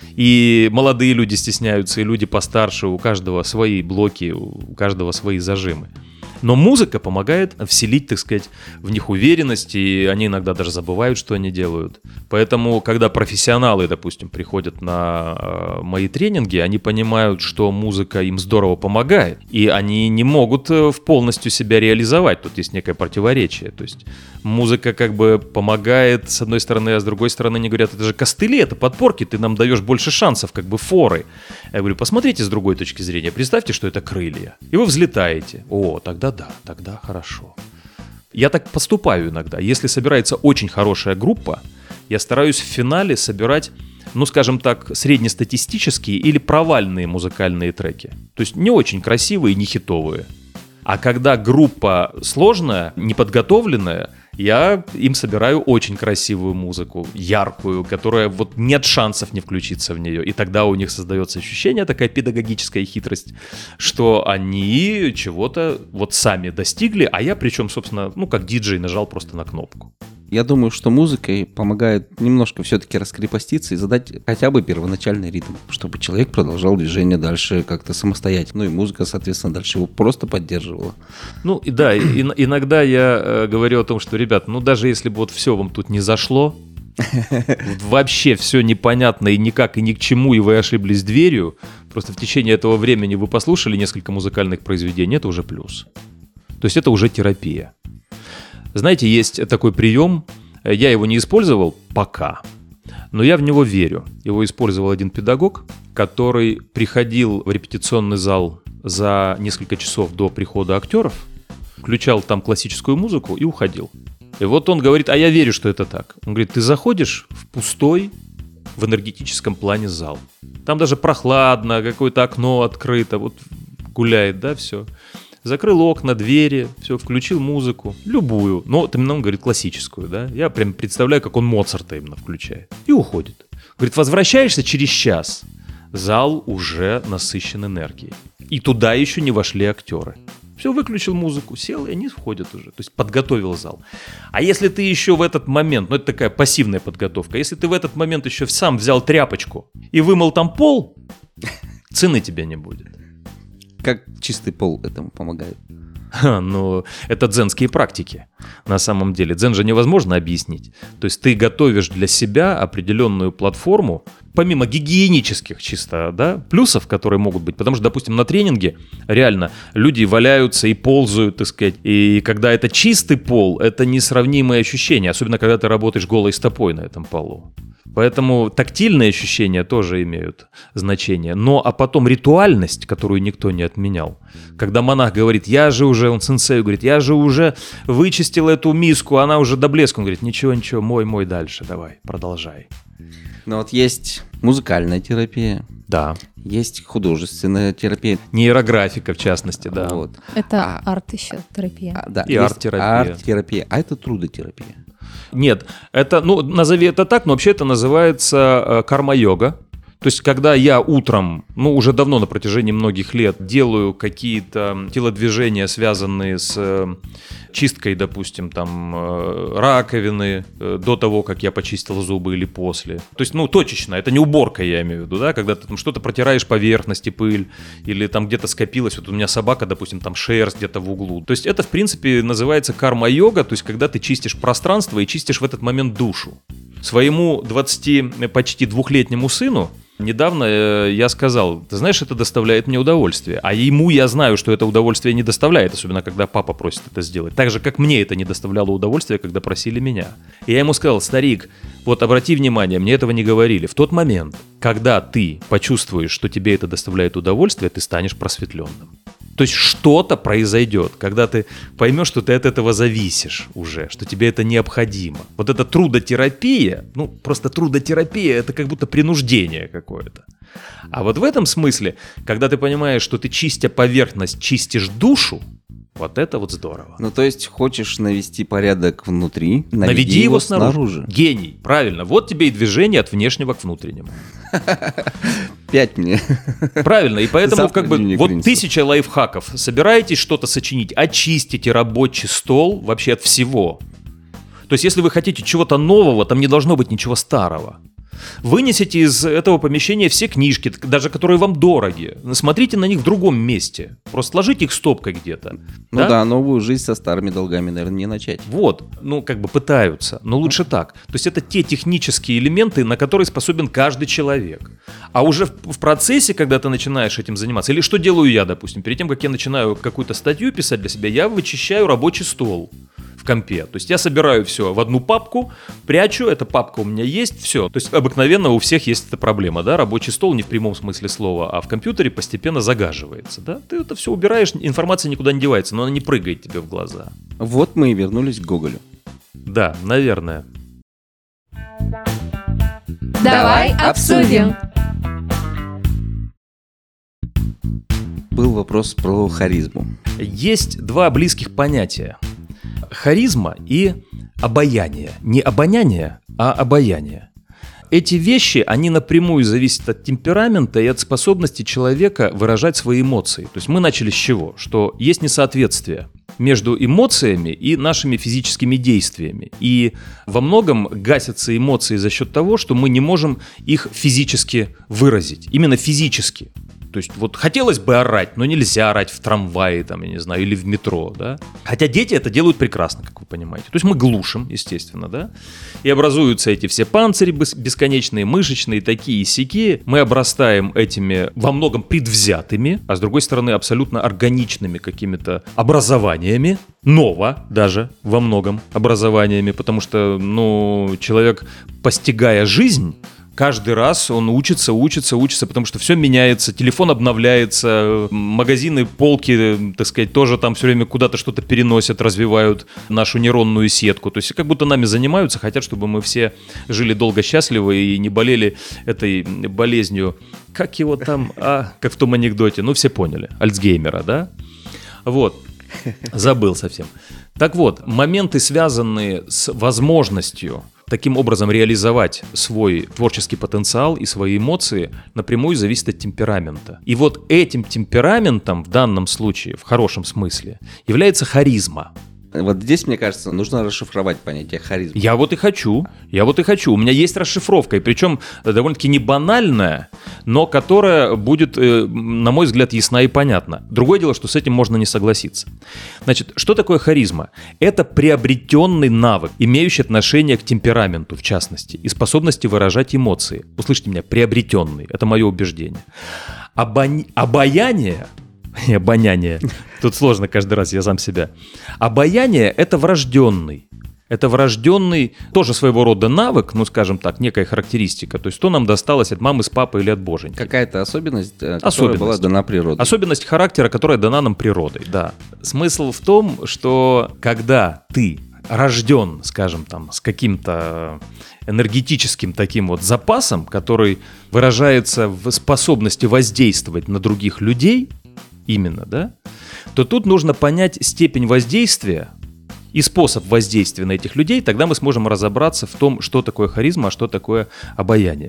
И молодые люди стесняются, и люди постарше, у каждого свои блоки, у каждого свои зажимы. Но музыка помогает вселить, так сказать, в них уверенность, и они иногда даже забывают, что они делают. Поэтому, когда профессионалы, допустим, приходят на мои тренинги, они понимают, что музыка им здорово помогает, и они не могут полностью себя реализовать. Тут есть некое противоречие. То есть музыка как бы помогает, с одной стороны, а с другой стороны они говорят: это же костыли, это подпорки, ты нам даешь больше шансов, как бы форы. Я говорю: посмотрите с другой точки зрения, представьте, что это крылья, и вы взлетаете. Тогда хорошо. Я так поступаю иногда. Если собирается очень хорошая группа, я стараюсь в финале собирать, скажем так, среднестатистические или провальные музыкальные треки. То есть не очень красивые, не хитовые. А когда группа сложная, неподготовленная, я им собираю очень красивую музыку, яркую, которая вот нет шансов не включиться в нее. И тогда у них создается ощущение, такая педагогическая хитрость, что они чего-то вот сами достигли, а я причем, собственно, как диджей нажал просто на кнопку. Я думаю, что музыкой помогает немножко все-таки раскрепоститься и задать хотя бы первоначальный ритм, чтобы человек продолжал движение дальше как-то самостоятельно. И музыка, соответственно, дальше его просто поддерживала. Иногда я говорю о том, что, ребят, даже если бы вот все вам тут не зашло, вообще все непонятно и никак, и ни к чему, и вы ошиблись дверью, просто в течение этого времени вы послушали несколько музыкальных произведений, это уже плюс. То есть это уже терапия. Знаете, есть такой прием, я его не использовал пока, но я в него верю. Его использовал один педагог, который приходил в репетиционный зал за несколько часов до прихода актеров, включал там классическую музыку и уходил. И вот он говорит: а я верю, что это так. Он говорит: ты заходишь в пустой, в энергетическом плане зал. Там даже прохладно, какое-то окно открыто, вот гуляет, да, все. Закрыл окна, двери, все, включил музыку, любую, но именно он говорит классическую, да. Я прям представляю, как он Моцарта именно включает. И уходит. Говорит: возвращаешься через час. Зал уже насыщен энергией. И туда еще не вошли актеры. Все, выключил музыку, сел, и они входят уже. То есть подготовил зал. А если ты еще в этот момент, это такая пассивная подготовка, если ты в этот момент еще сам взял тряпочку и вымыл там пол, цены тебе не будет. Как чистый пол этому помогает? Это дзенские практики. На самом деле дзен же невозможно объяснить. То есть ты готовишь для себя определенную платформу, помимо гигиенических чисто, да, плюсов, которые могут быть. Потому что, допустим, на тренинге реально люди валяются и ползают, так сказать. И когда это чистый пол, это несравнимые ощущения. Особенно, когда ты работаешь голой стопой на этом полу. Поэтому тактильные ощущения тоже имеют значение. А потом ритуальность, которую никто не отменял. Когда монах говорит: он сенсею говорит: я же уже вычистил эту миску, она уже до блеска. Он говорит: ничего, мой дальше, давай, продолжай. Есть музыкальная терапия. Да. Есть художественная терапия. Нейрографика, в частности, да. Вот. Это арт еще терапия. Да, и арт-терапия. Арт-терапия, а это трудотерапия. Нет, это, назови это так, но вообще это называется карма-йога. То есть, когда я утром, уже давно на протяжении многих лет делаю какие-то телодвижения, связанные с чисткой, допустим, раковины до того, как я почистил зубы или после. То есть, точечно, это не уборка, я имею в виду, да, когда ты что-то протираешь поверхности, пыль, или там где-то скопилось, вот у меня собака, допустим, там шерсть где-то в углу. То есть, это, в принципе, называется карма-йога, то есть, когда ты чистишь пространство и чистишь в этот момент душу. Своему почти 2-летнему сыну недавно я сказал: ты знаешь, это доставляет мне удовольствие. А ему я знаю, что это удовольствие не доставляет, особенно когда папа просит это сделать. Так же, как мне это не доставляло удовольствия, когда просили меня. И я ему сказал: старик, вот обрати внимание, мне этого не говорили. В тот момент, когда ты почувствуешь, что тебе это доставляет удовольствие, ты станешь просветленным. То есть что-то произойдет, когда ты поймешь, что ты от этого зависишь уже, что тебе это необходимо. Вот эта трудотерапия, просто трудотерапия, это как будто принуждение какое-то. А вот в этом смысле, когда ты понимаешь, что ты, чистя поверхность, чистишь душу, вот это вот здорово. То есть хочешь навести порядок внутри, наведи его снаружи. Гений, правильно. Вот тебе и движение от внешнего к внутреннему. 5 мне. Правильно, и поэтому Завтра вот Гринцев. 1000 лайфхаков. Собираетесь что-то сочинить, очистите рабочий стол вообще от всего. То есть, если вы хотите чего-то нового, там не должно быть ничего старого. Вынесите из этого помещения все книжки, даже которые вам дороги. Смотрите на них в другом месте. Просто сложите их стопкой где-то. Новую жизнь со старыми долгами, наверное, не начать. Вот, пытаются, но лучше так. То есть это те технические элементы, на которые способен каждый человек. А уже в процессе, когда ты начинаешь этим заниматься, или что делаю я, допустим, перед тем, как я начинаю какую-то статью писать для себя, я вычищаю рабочий стол в компе. То есть я собираю все в одну папку, прячу, эта папка у меня есть, все. То есть обыкновенно у всех есть эта проблема, да, рабочий стол не в прямом смысле слова, а в компьютере постепенно загаживается, да. Ты это все убираешь, информация никуда не девается, но она не прыгает тебе в глаза. Вот мы и вернулись к Гоголю. Да, наверное. Давай обсудим. Был вопрос про харизму. Есть два близких понятия. Харизма и обаяние. Не обоняние, а обаяние. Эти вещи, они напрямую зависят от темперамента и от способности человека выражать свои эмоции. То есть мы начали с чего? Что есть несоответствие между эмоциями и нашими физическими действиями. И во многом гасятся эмоции за счет того, что мы не можем их физически выразить. Именно физически. То есть вот хотелось бы орать, но нельзя орать в трамвае, там, я не знаю, или в метро, да. Хотя дети это делают прекрасно, как вы понимаете. То есть мы глушим, естественно, да. И образуются эти все панцири бесконечные, мышечные, такие и сякие. Мы обрастаем этими во многом предвзятыми, а с другой стороны абсолютно органичными какими-то образованиями. Ново даже во многом образованиями, потому что, человек, постигая жизнь, каждый раз он учится, потому что все меняется, телефон обновляется, магазины, полки, так сказать, тоже там все время куда-то что-то переносят, развивают нашу нейронную сетку. То есть как будто нами занимаются, хотят, чтобы мы все жили долго, счастливо и не болели этой болезнью. Как его там, как в том анекдоте, все поняли, Альцгеймера, да? Вот, забыл совсем. Так вот, моменты, связанные с возможностью таким образом реализовать свой творческий потенциал и свои эмоции, напрямую зависит от темперамента. И вот этим темпераментом в данном случае, в хорошем смысле, является харизма. Вот здесь, мне кажется, нужно расшифровать понятие харизма. Я вот и хочу. У меня есть расшифровка, и причем довольно-таки не банальная, но которая будет, на мой взгляд, ясна и понятна. Другое дело, что с этим можно не согласиться. Значит, что такое харизма? Это приобретенный навык, имеющий отношение к темпераменту, в частности, и способности выражать эмоции. Услышьте меня, приобретенный. Это мое убеждение. Обаяние. Тут сложно каждый раз, я сам себя. Обаяние – это врожденный. Это врожденный, тоже своего рода навык, скажем так, некая характеристика. То есть, что нам досталось от мамы, с папы или от боженьки. Какая-то особенность, которая была дана природой. Особенность характера, которая дана нам природой, да. Смысл в том, что когда ты рожден, скажем, там, с каким-то энергетическим таким вот запасом, который выражается в способности воздействовать на других людей, именно, да, то тут нужно понять степень воздействия и способ воздействия на этих людей, тогда мы сможем разобраться в том, что такое харизма, а что такое обаяние.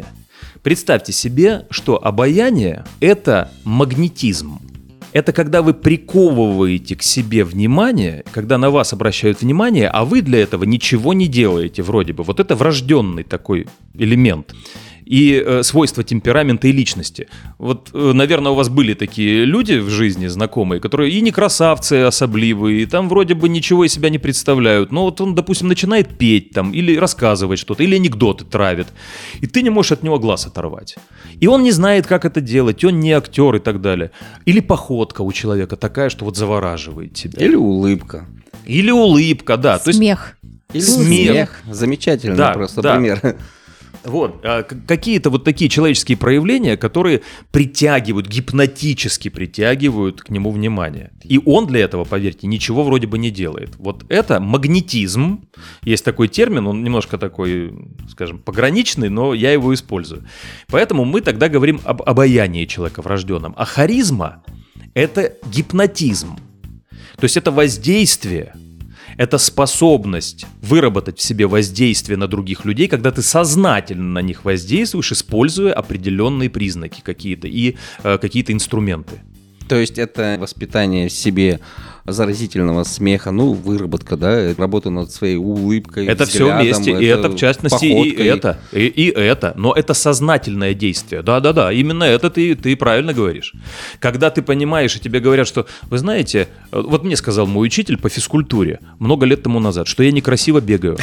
Представьте себе, что обаяние – это магнетизм. Это когда вы приковываете к себе внимание, когда на вас обращают внимание, а вы для этого ничего не делаете вроде бы. Вот это врожденный такой элемент. И свойства темперамента и личности. Вот, наверное, у вас были такие люди в жизни, знакомые, которые и не красавцы особливые, и там вроде бы ничего из себя не представляют. Но вот он, допустим, начинает петь там, или рассказывать что-то, или анекдоты травит. И ты не можешь от него глаз оторвать. И он не знает, как это делать, он не актер и так далее. Или походка у человека такая, что вот завораживает тебя. Или улыбка. Или улыбка, да. Смех. Или Смех. Замечательный Да, просто да. пример. Вот, какие-то вот такие человеческие проявления, которые притягивают, гипнотически притягивают к нему внимание. И он для этого, поверьте, ничего вроде бы не делает. Вот это магнетизм. Есть такой термин, он немножко такой, скажем, пограничный, но я его использую. Поэтому мы тогда говорим об обаянии человека врожденном. А харизма – это гипнотизм. То есть это воздействие. Это способность выработать в себе воздействие на других людей, когда ты сознательно на них воздействуешь, используя определенные признаки какие-то и какие-то инструменты. То есть это воспитание в себе заразительного смеха, ну, выработка, да, работа над своей улыбкой, это взглядом, все вместе, и это в частности, походкой. и это, но это сознательное действие. Да-да-да, именно это ты правильно говоришь. Когда ты понимаешь, и тебе говорят, что, вы знаете, вот мне сказал мой учитель по физкультуре много лет тому назад, что я некрасиво бегаю.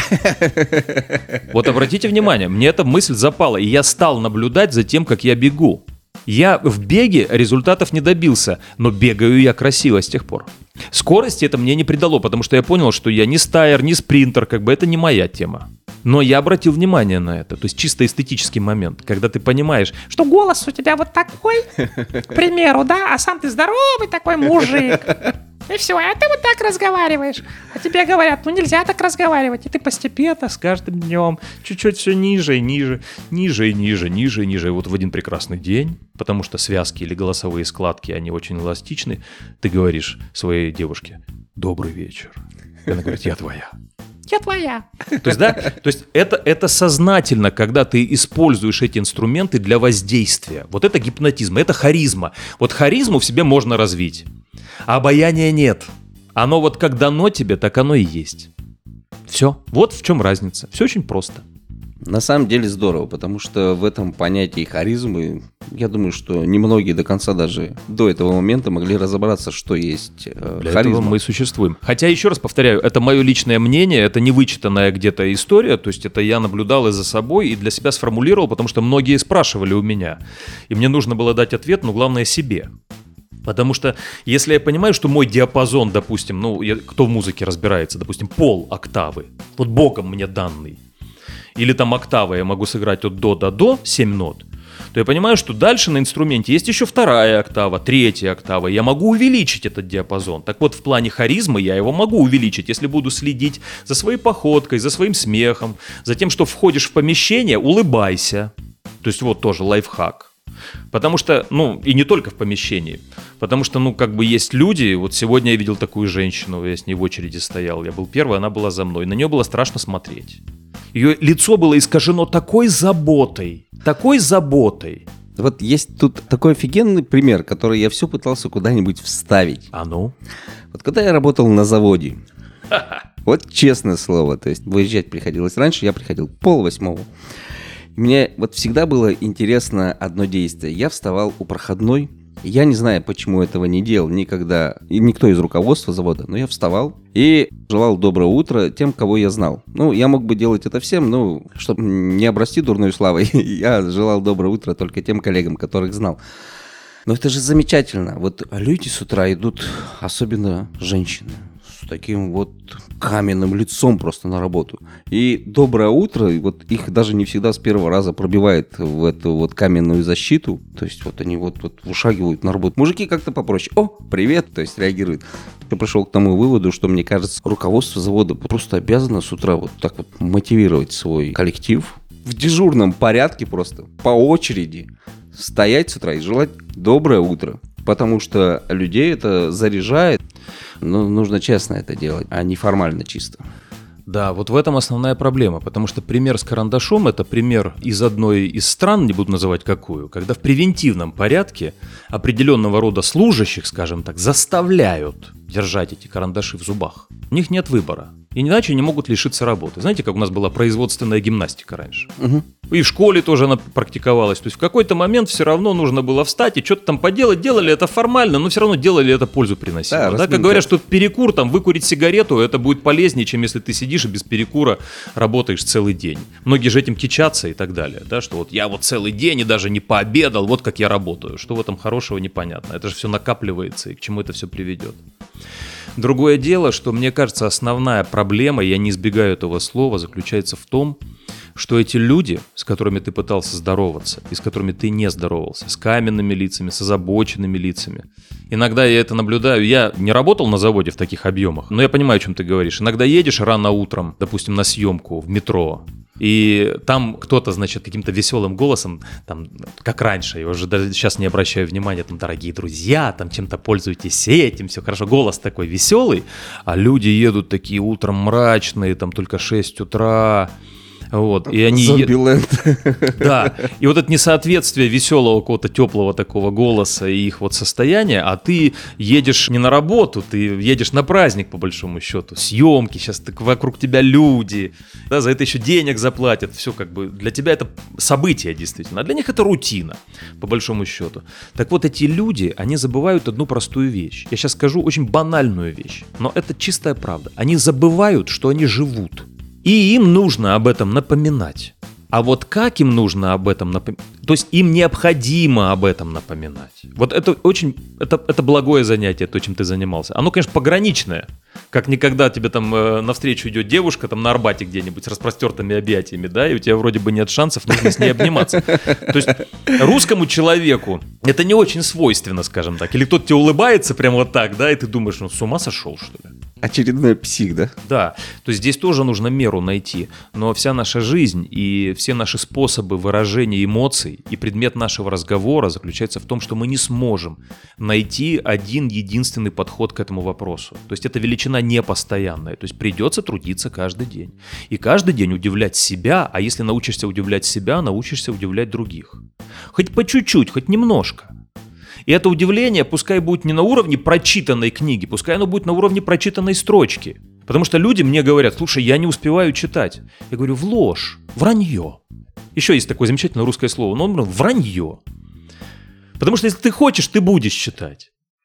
Вот обратите внимание, мне эта мысль запала, и я стал наблюдать за тем, как я бегу. Я в беге результатов не добился, но бегаю я красиво с тех пор. Скорости это мне не придало, потому что я понял, что я не стайер, не спринтер, как бы это не моя тема. Но я обратил внимание на это, то есть чисто эстетический момент, когда ты понимаешь, Что голос у тебя вот такой, к примеру, да, а сам ты здоровый такой мужик. И все, а ты вот так разговариваешь. А тебе говорят, ну нельзя так разговаривать. И ты постепенно, с каждым днем, чуть-чуть все ниже и ниже, ниже и ниже, ниже и ниже. И вот в один прекрасный день, потому что связки или голосовые складки, они очень эластичны, ты говоришь своей девушке: «Добрый вечер». И она говорит: «Я твоя». Я твоя. То есть, да, то есть это сознательно, когда ты используешь эти инструменты для воздействия. Вот это гипнотизм, это харизма. Вот харизму в себе можно развить, а обаяния нет. Оно вот как дано тебе, так оно и есть. Все. Вот в чем разница. Все очень просто. На самом деле здорово, потому что в этом понятии харизмы, я думаю, что немногие до конца даже до этого момента могли разобраться, что есть Для харизма. этого мы существуем. Хотя, еще раз повторяю, это мое личное мнение, это не вычитанная где-то история, то есть это я наблюдал и за собой, и для себя сформулировал, потому что многие спрашивали у меня, и мне нужно было дать ответ, но главное себе. Потому что если я понимаю, что мой диапазон, допустим, кто в музыке разбирается, допустим, пол-октавы, вот богом мне данный, или там октава я могу сыграть от до 7 нот, то я понимаю, что дальше на инструменте есть еще вторая октава, третья октава, и я могу увеличить этот диапазон. Так вот, в плане харизмы я его могу увеличить, если буду следить за своей походкой, за своим смехом, за тем, что входишь в помещение, улыбайся. То есть вот тоже лайфхак. Потому что, и не только в помещении, потому что, есть люди, вот сегодня я видел такую женщину, я с ней в очереди стоял, я был первый, она была за мной, на нее было страшно смотреть. Ее лицо было искажено такой заботой. Вот есть тут такой офигенный пример, который я все пытался куда-нибудь вставить. А ну? Вот когда я работал на заводе, вот честное слово, то есть выезжать приходилось раньше, я приходил 7:30. Мне вот всегда было интересно одно действие. Я вставал у проходной. Я не знаю, почему этого не делал никогда, и никто из руководства завода, но я вставал и желал доброе утро тем, кого я знал. Я мог бы делать это всем, чтобы не обрасти дурной славой, я желал доброе утро только тем коллегам, которых знал. Но это же замечательно. Вот люди с утра идут, особенно женщины, с таким вот каменным лицом просто на работу. И доброе утро, вот их даже не всегда с первого раза пробивает в эту вот каменную защиту. То есть вот они вот вышагивают на работу. Мужики как-то попроще. О, привет, то есть реагируют. Я пришел к тому выводу, что, мне кажется, руководство завода просто обязано с утра вот так вот мотивировать свой коллектив в дежурном порядке просто, по очереди, стоять с утра и желать доброе утро. Потому что людей это заряжает. Но нужно честно это делать, а не формально чисто. Да, вот в этом основная проблема, потому что пример с карандашом – это пример из одной из стран, не буду называть какую, когда в превентивном порядке определенного рода служащих, скажем так, заставляют держать эти карандаши в зубах. У них нет выбора. И иначе они могут лишиться работы. Знаете, как у нас была производственная гимнастика раньше? Угу. И в школе тоже она практиковалась. То есть в какой-то момент все равно нужно было встать и что-то там поделать. Делали это формально, но все равно делали это, пользу приносило. Да, как говорят, что перекур, там, выкурить сигарету, это будет полезнее, чем если ты сидишь и без перекура работаешь целый день. Многие же этим кичатся и так далее. Да, что вот я вот целый день и даже не пообедал, вот как я работаю. Что в этом хорошего, непонятно. Это же все накапливается, и к чему это все приведет. Другое дело, что, мне кажется, основная проблема, я не избегаю этого слова, заключается в том, что эти люди, с которыми ты пытался здороваться и с которыми ты не здоровался, с каменными лицами, с озабоченными лицами. Иногда я это наблюдаю. Я не работал на заводе в таких объемах, но я понимаю, о чем ты говоришь. Иногда едешь рано утром, допустим, на съемку в метро, и там кто-то, значит, каким-то веселым голосом, там, как раньше, я уже даже сейчас не обращаю внимания, там, дорогие друзья, там, чем-то пользуйтесь этим, все хорошо, голос такой веселый, а люди едут такие утром мрачные, там, только 6 утра, вот, и они... Да, и вот это несоответствие веселого какого-то теплого такого голоса и их вот состояния, а ты едешь не на работу, ты едешь на праздник, по большому счету, съемки, сейчас так вокруг тебя люди, да, за это еще денег заплатят, все как бы, для тебя это событие действительно, а для них это рутина, по большому счету. Так вот, эти люди, они забывают одну простую вещь. Я сейчас скажу очень банальную вещь, но это чистая правда. Они забывают, что они живут. И им нужно об этом напоминать. А вот как им нужно об этом напоминать? То есть им необходимо об этом напоминать. Вот это очень, это благое занятие, то, чем ты занимался. Оно, конечно, пограничное. Как никогда тебе там навстречу идет девушка там на Арбате где-нибудь с распростертыми объятиями, да, и у тебя вроде бы нет шансов, нужно с ней обниматься. То есть русскому человеку это не очень свойственно, скажем так. Или кто-то тебе улыбается прямо вот так, да, и ты думаешь, ну с ума сошел, что ли? Очередной псих, да? Да, то есть здесь тоже нужно меру найти, но вся наша жизнь и все наши способы выражения эмоций и предмет нашего разговора заключается в том, что мы не сможем найти один единственный подход к этому вопросу. То есть это величина непостоянная, то есть придется трудиться каждый день. И каждый день удивлять себя, а если научишься удивлять себя, научишься удивлять других. Хоть по чуть-чуть, хоть немножко. И это удивление пускай будет не на уровне прочитанной книги, пускай оно будет на уровне прочитанной строчки. Потому что люди мне говорят, слушай, я не успеваю читать. Я говорю, в ложь, вранье. Еще есть такое замечательное русское слово, но он говорит, вранье. Потому что если ты хочешь, ты будешь читать.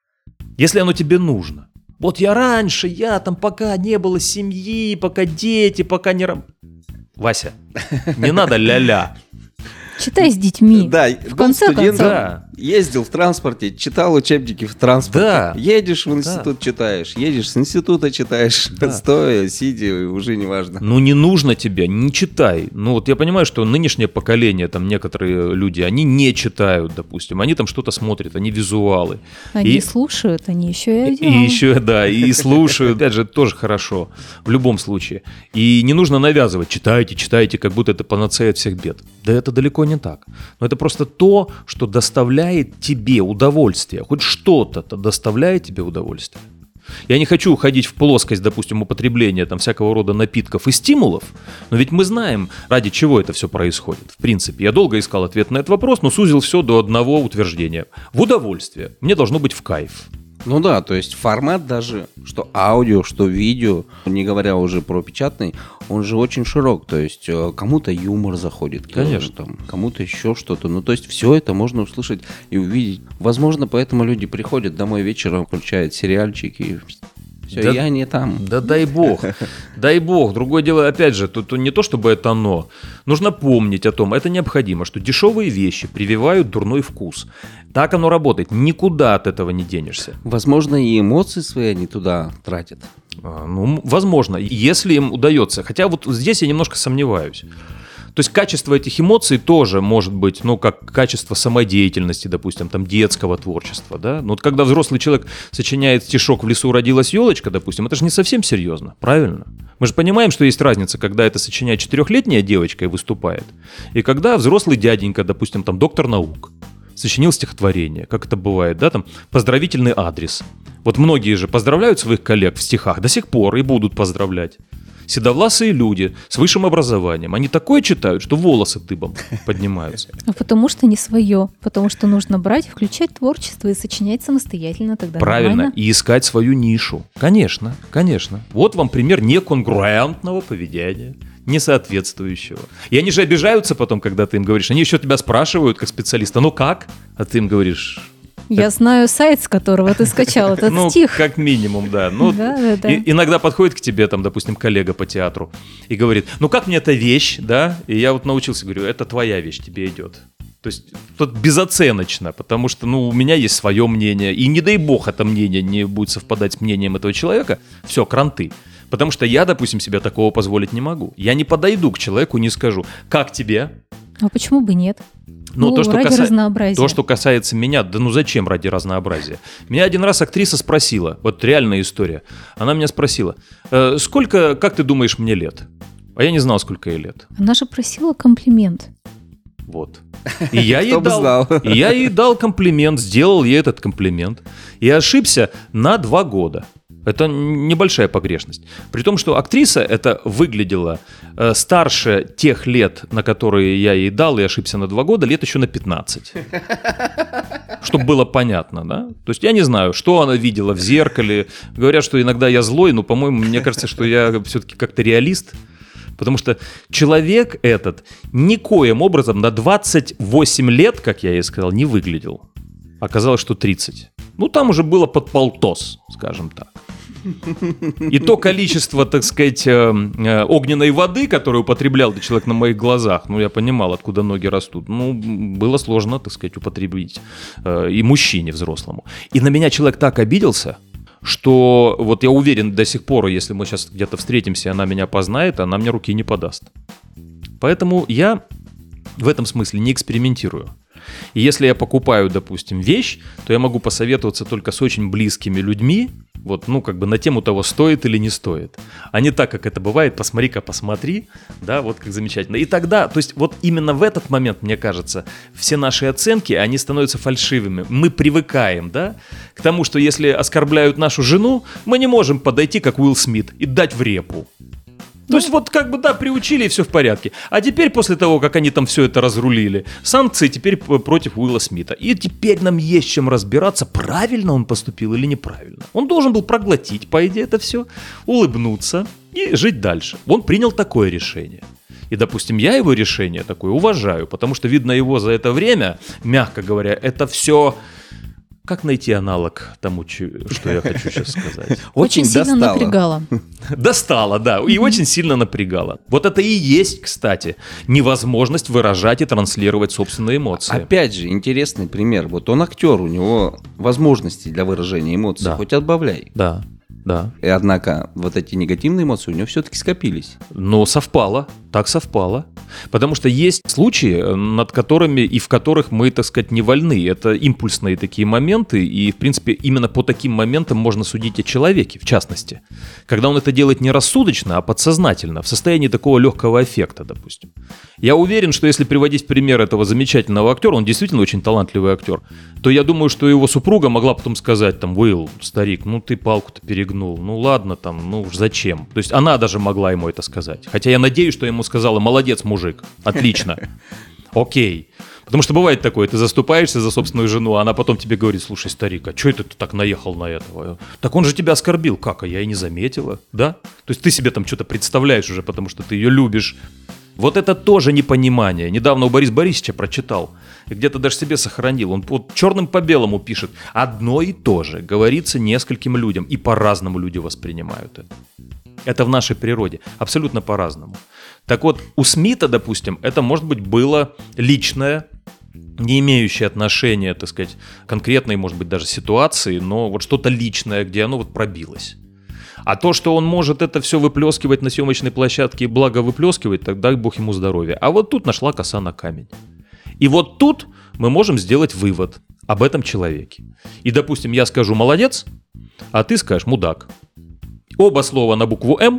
Если оно тебе нужно. Вот я раньше, я там пока не было семьи, пока дети, пока не... Вася, не надо ля-ля. Читай с детьми. Да, в конце студент, концов. Да. Ездил в транспорте, читал учебники в транспорте. Да. Едешь в институт, читаешь. Едешь с института, читаешь. Да. Стоя, сидя, уже не важно. Ну, не нужно тебе, не читай. Ну, вот я понимаю, что нынешнее поколение, там некоторые люди, они не читают, допустим. Они там что-то смотрят, они визуалы. Они слушают, они еще и И еще, да, и слушают. Опять же, это тоже хорошо. В любом случае. И не нужно навязывать. Читайте, читайте, как будто это панацея от всех бед. Да это далеко не так. Но это просто то, что доставляет тебе удовольствие. Хоть что-то доставляет тебе удовольствие. Я не хочу уходить в плоскость, допустим, употребления там всякого рода напитков и стимулов, но ведь мы знаем, ради чего это все происходит. В принципе, я долго искал ответ на этот вопрос, но сузил все до одного утверждения. В удовольствие. Мне должно быть в кайф. Ну да, то есть формат даже, что аудио, что видео, не говоря уже про печатный, он же очень широк. То есть кому-то юмор заходит, Конечно. там, кому-то еще что-то. Ну то есть все это можно услышать и увидеть. Возможно, поэтому люди приходят домой вечером, включают сериальчики и все, Да- я не там. Да дай бог, дай бог. Другое дело, опять же, тут не то, чтобы это оно. Нужно помнить о том, это необходимо, что дешевые вещи прививают дурной вкус. Так оно работает, никуда от этого не денешься. Возможно, и эмоции свои они туда тратят. Ну, возможно, если им удается. Хотя вот здесь я немножко сомневаюсь. То есть качество этих эмоций тоже может быть, ну, как качество самодеятельности, допустим, там, детского творчества, да? Но вот когда взрослый человек сочиняет стишок «В лесу родилась елочка», допустим, это же не совсем серьезно, правильно? Мы же понимаем, что есть разница, когда это сочиняет 4-летняя девочка и выступает, и когда взрослый дяденька, допустим, там, доктор наук, сочинил стихотворение, как это бывает, да, там, поздравительный адрес. Вот многие же поздравляют своих коллег в стихах до сих пор и будут поздравлять. седовласые люди с высшим образованием, они такое читают, что волосы дыбом поднимаются. А потому что не свое, потому что нужно брать, включать творчество и сочинять самостоятельно, тогда Правильно, нормально. и искать свою нишу. Конечно, конечно. Вот вам пример неконгруентного поведения, несоответствующего. И они же обижаются потом, когда ты им говоришь. Они еще тебя спрашивают, как специалиста, ну как? А ты им говоришь... Я знаю сайт, с которого ты скачал этот Ну, стих. как минимум, да. Ну, Да. иногда подходит к тебе, там, допустим, коллега по театру и говорит, ну как мне эта вещь, да? И я вот научился, говорю, это твоя вещь, тебе идет. То есть тут безоценочно, потому что, ну, у меня есть свое мнение, и не дай бог это мнение не будет совпадать с мнением этого человека, все, кранты. Потому что я, допустим, себе такого позволить не могу. Я не подойду к человеку, не скажу, как тебе? А почему бы нет? Ну, ради разнообразия. То, что касается меня, да ну зачем ради разнообразия? Меня один раз актриса спросила, вот реальная история, она меня спросила, сколько, как ты думаешь, мне лет? А я не знал, сколько ей лет. Она же просила комплимент. Вот. И я ей Кто бы знал. дал комплимент, сделал ей этот комплимент. И ошибся на 2 года. Это небольшая погрешность. При том, что актриса это выглядела старше тех лет, на которые я ей дал, и ошибся на 2 года, лет еще на 15. Чтобы было понятно, да? То есть я не знаю, что она видела в зеркале. Говорят, что иногда я злой, но, по-моему, мне кажется, что я все-таки как-то реалист. Потому что человек этот никоим образом на 28 лет, как я ей сказал, не выглядел. Оказалось, что 30. Ну, там уже было под полтос, скажем так. И то количество, так сказать, огненной воды, которую употреблял этот человек на моих глазах, ну, я понимал, откуда ноги растут, ну, было сложно, так сказать, употребить и мужчине взрослому. И на меня человек так обиделся, что вот я уверен до сих пор, если мы сейчас где-то встретимся, она меня познает, она мне руки не подаст. Поэтому я в этом смысле не экспериментирую. И если я покупаю, допустим, вещь, то я могу посоветоваться только с очень близкими людьми, вот, ну, как бы на тему того, стоит или не стоит. А не так, как это бывает, посмотри-ка, посмотри, да, вот как замечательно. И тогда, то есть вот именно в этот момент, мне кажется, все наши оценки, они становятся фальшивыми. Мы привыкаем, да, к тому, что если оскорбляют нашу жену, мы не можем подойти, как Уилл Смит, и дать в репу. То есть вот как бы, да, приучили, и все в порядке. А теперь, после того, как они там все это разрулили, санкции теперь против Уилла Смита. И теперь нам есть чем разбираться, правильно он поступил или неправильно. Он должен был проглотить, по идее, это все, улыбнуться и жить дальше. Он принял такое решение. И, допустим, я его решение такое уважаю, потому что, видно, его за это время, мягко говоря, это все... Как найти аналог тому, что я хочу сейчас сказать? Очень сильно напрягало. Достало, да, и очень сильно напрягало. Вот это и есть, кстати, невозможность выражать и транслировать собственные эмоции. Опять же, интересный пример. Вот он актер, у него возможности для выражения эмоций, Да. хоть отбавляй. Да, да. И однако вот эти негативные эмоции у него все-таки скопились. Но совпало, так совпало. Потому что есть случаи, над которыми и в которых мы, так сказать, не вольны. Это импульсные такие моменты, и, в принципе, именно по таким моментам можно судить о человеке, в частности. Когда он это делает не рассудочно, а подсознательно, в состоянии такого легкого эффекта, допустим. Я уверен, что если приводить в пример этого замечательного актера, он действительно очень талантливый актер, то я думаю, что его супруга могла потом сказать, там, Уилл, старик, ну ты палку-то перегнул, ну ладно там, ну уж зачем? То есть она даже могла ему это сказать. Хотя я надеюсь, что ему сказала, молодец, мужик, отлично, окей. Потому что бывает такое, ты заступаешься за собственную жену, а она потом тебе говорит, слушай, старик, а что это ты так наехал на этого? Так он же тебя оскорбил. Как? А я и не заметила, да? То есть ты себе там что-то представляешь уже, потому что ты ее любишь. Вот это тоже непонимание. Недавно у Бориса Борисовича прочитал, и где-то даже себе сохранил. Он вот черным по белому пишет. Одно и то же говорится нескольким людям, и по-разному люди воспринимают это. Это в нашей природе, абсолютно по-разному. Так вот, у Смита, допустим, это, может быть, было личное, не имеющее отношения, так сказать, конкретной, может быть, даже ситуации, но вот что-то личное, где оно вот пробилось. А то, что он может это все выплескивать на съемочной площадке и благо выплескивать, тогда дай бог ему здоровья. А вот тут нашла коса на камень. И вот тут мы можем сделать вывод об этом человеке. И, допустим, я скажу «молодец», а ты скажешь «мудак». Оба слова на букву «М»,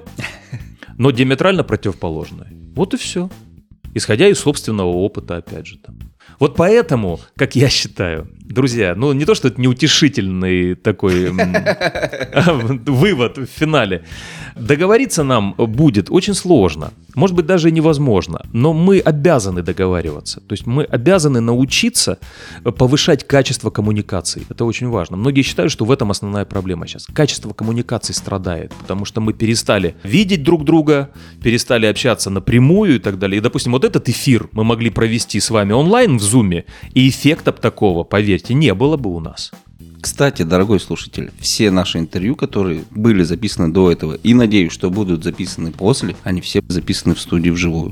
но диаметрально противоположные. Вот и все. Исходя из собственного опыта, опять же. Там. Вот поэтому, как я считаю, Друзья, ну не то, что это неутешительный такой вывод в финале. Договориться нам будет очень сложно, может быть, даже и невозможно, но мы обязаны договариваться. То есть мы обязаны научиться повышать качество коммуникаций. Это очень важно. Многие считают, что в этом основная проблема сейчас. Качество коммуникаций страдает, потому что мы перестали видеть друг друга, перестали общаться напрямую и так далее. И, допустим, вот этот эфир мы могли провести с вами онлайн в Zoom, и эффекта такого, поверьте, не было бы у нас. Кстати, дорогой слушатель, все наши интервью, которые были записаны до этого, и надеюсь, что будут записаны после, они все записаны в студии вживую.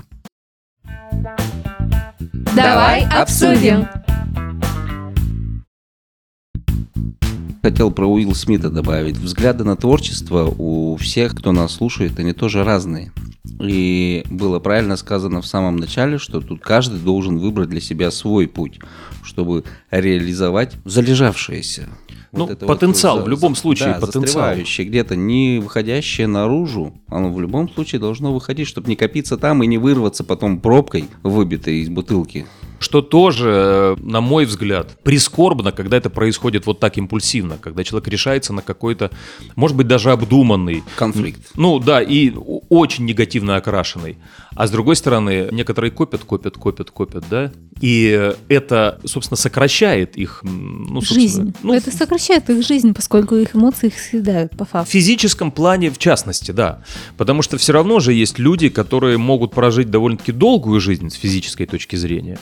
Давай обсудим. Хотел про Уилла Смита добавить. Взгляды на творчество у всех, кто нас слушает, они тоже разные. И было правильно сказано в самом начале, что тут каждый должен выбрать для себя свой путь, чтобы реализовать залежавшееся. Ну, вот потенциал, в любом случае, да, потенциал. Застревающее, где-то не выходящее наружу, оно в любом случае должно выходить, чтобы не копиться там и не вырваться потом пробкой, выбитой из бутылки. Что тоже, на мой взгляд, прискорбно, когда это происходит вот так импульсивно, когда человек решается на какой-то, может быть, даже обдуманный Конфликт. Ну да, и очень негативно окрашенный. А с другой стороны, некоторые копят, да, и это, собственно, сокращает их, ну, Жизнь. Ну, Это сокращает их жизнь, поскольку их эмоции их съедают, по в факту. физическом плане, в частности, да. Потому что все равно же есть люди, которые могут прожить довольно-таки долгую жизнь с физической точки зрения.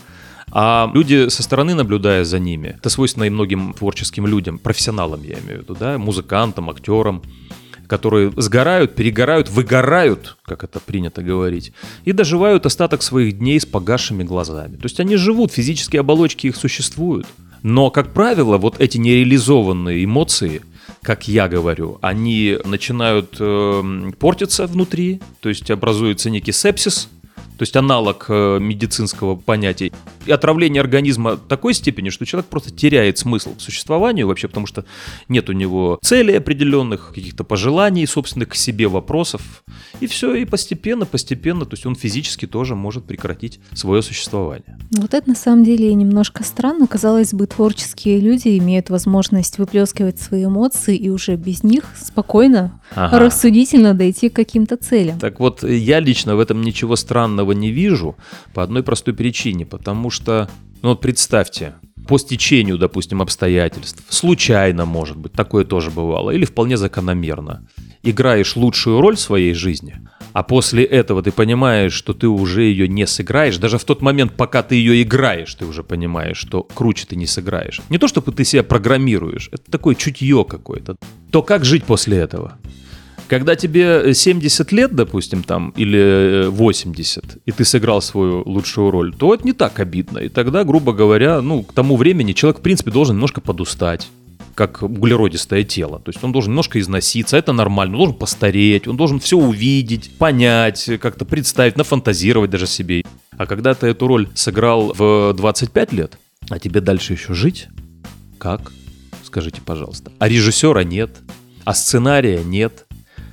А люди со стороны, наблюдая за ними, это свойственно и многим творческим людям, профессионалам, я имею в виду, да, музыкантам, актерам, которые сгорают, перегорают, выгорают, как это принято говорить, и доживают остаток своих дней с погасшими глазами. То есть они живут, физические оболочки их существуют. Но, как правило, вот эти нереализованные эмоции, как я говорю, они начинают портиться внутри, то есть образуется некий сепсис, то есть аналог медицинского понятия. И отравление организма такой степени, что человек просто теряет смысл к существованию вообще, потому что нет у него целей определенных, каких-то пожеланий собственных к себе, вопросов. И все, и постепенно, то есть он физически тоже может прекратить свое существование. Вот это на самом деле немножко странно. Казалось бы, творческие люди имеют возможность выплескивать свои эмоции и уже без них спокойно, рассудительно дойти к каким-то целям. Так вот, я лично в этом ничего странного не вижу по одной простой причине, потому что, ну вот представьте, по стечению, допустим, обстоятельств, случайно, может быть, такое тоже бывало, или вполне закономерно, играешь лучшую роль в своей жизни, а после этого ты понимаешь, что ты уже ее не сыграешь, даже в тот момент, пока ты ее играешь, ты уже понимаешь, что круче ты не сыграешь. Не то, чтобы ты себя программируешь, это такое чутье какое-то. То как жить после этого? Когда тебе 70 лет, допустим, там, или 80, и ты сыграл свою лучшую роль, то это не так обидно. И тогда, грубо говоря, ну, к тому времени человек, в принципе, должен немножко подустать, как углеродистое тело. То есть он должен немножко износиться, это нормально, он должен постареть, он должен все увидеть, понять, как-то представить, нафантазировать даже себе. А когда ты эту роль сыграл в 25 лет, а тебе дальше еще жить? Как? Скажите, пожалуйста. А режиссера нет, а сценария нет.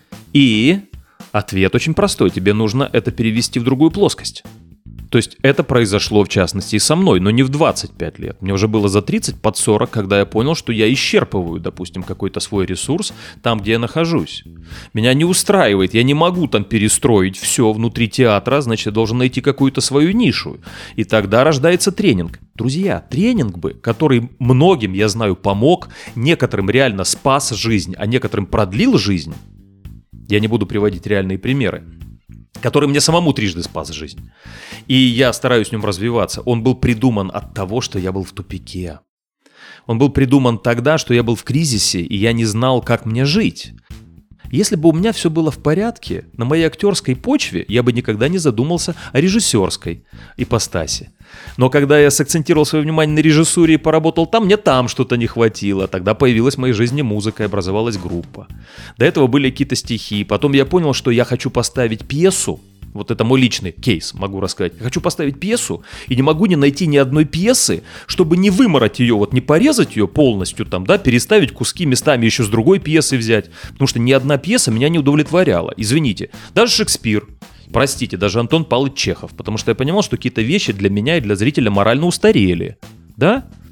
И ответ очень простой. Тебе нужно это перевести в другую плоскость. То есть это произошло, в частности, и со мной, но не в 25 лет. Мне уже было за 30, под 40, когда я понял, что я исчерпываю, допустим, какой-то свой ресурс там, где я нахожусь. Меня не устраивает, я не могу там перестроить все внутри театра, значит, я должен найти какую-то свою нишу. И тогда рождается тренинг. Друзья, тренинг бы, который многим, я знаю, помог, некоторым реально спас жизнь, а некоторым продлил жизнь. Я не буду приводить реальные примеры, который мне самому трижды спас жизнь. И я стараюсь в нем развиваться. Он был придуман от того, что я был в тупике. Он был придуман тогда, что я был в кризисе, и я не знал, как мне жить. Если бы у меня все было в порядке, на моей актерской почве я бы никогда не задумался о режиссерской ипостаси. Но когда я сакцентировал свое внимание на режиссуре и поработал там, мне там что-то не хватило. Тогда появилась в моей жизни музыка и образовалась группа. До этого были какие-то стихи. Потом я понял, что я хочу поставить пьесу. Вот это мой личный кейс, могу рассказать. Я хочу поставить пьесу и не могу не найти ни одной пьесы, чтобы не вымороть ее, вот не порезать ее полностью, там, да, переставить куски местами еще с другой пьесы взять. Потому что ни одна пьеса меня не удовлетворяла. Извините, даже Шекспир. Простите, даже Антон Павлович Чехов, потому что я понимал, что какие-то вещи для меня и для зрителя морально устарели, да?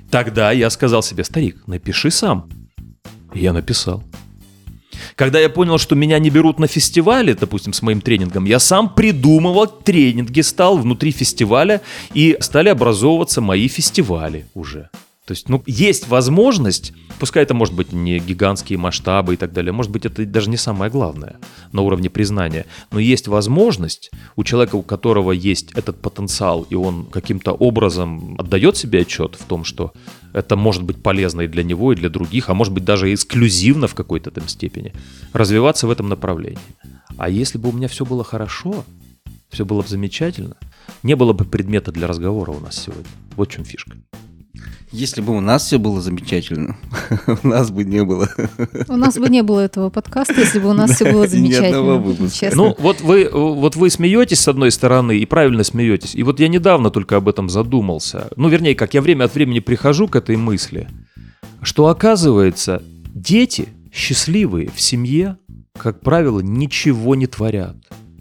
Тогда я сказал себе: старик, напиши сам. И я написал. Когда я понял, что меня не берут на фестивале, допустим, с моим тренингом, я сам придумывал тренинги, стал внутри фестиваля, и стали образовываться мои фестивали уже. То есть, есть возможность, пускай это может быть не гигантские масштабы и так далее, может быть, это даже не самое главное на уровне признания, но есть возможность у человека, у которого есть этот потенциал, и он каким-то образом отдает себе отчет в том, что это может быть полезно и для него, и для других, а может быть даже эксклюзивно в какой-то там степени, развиваться в этом направлении. А если бы у меня все было хорошо, все было бы замечательно, не было бы предмета для разговора у нас сегодня. Вот в чем фишка. Если бы у нас все было замечательно, у нас бы не было. У нас бы не было этого подкаста, если бы у нас все было замечательно. Честно. Вот вы смеетесь с одной стороны и правильно смеетесь. И вот я недавно только об этом задумался. Вернее, как я время от времени прихожу к этой мысли, что оказывается, дети счастливые в семье, как правило, ничего не творят.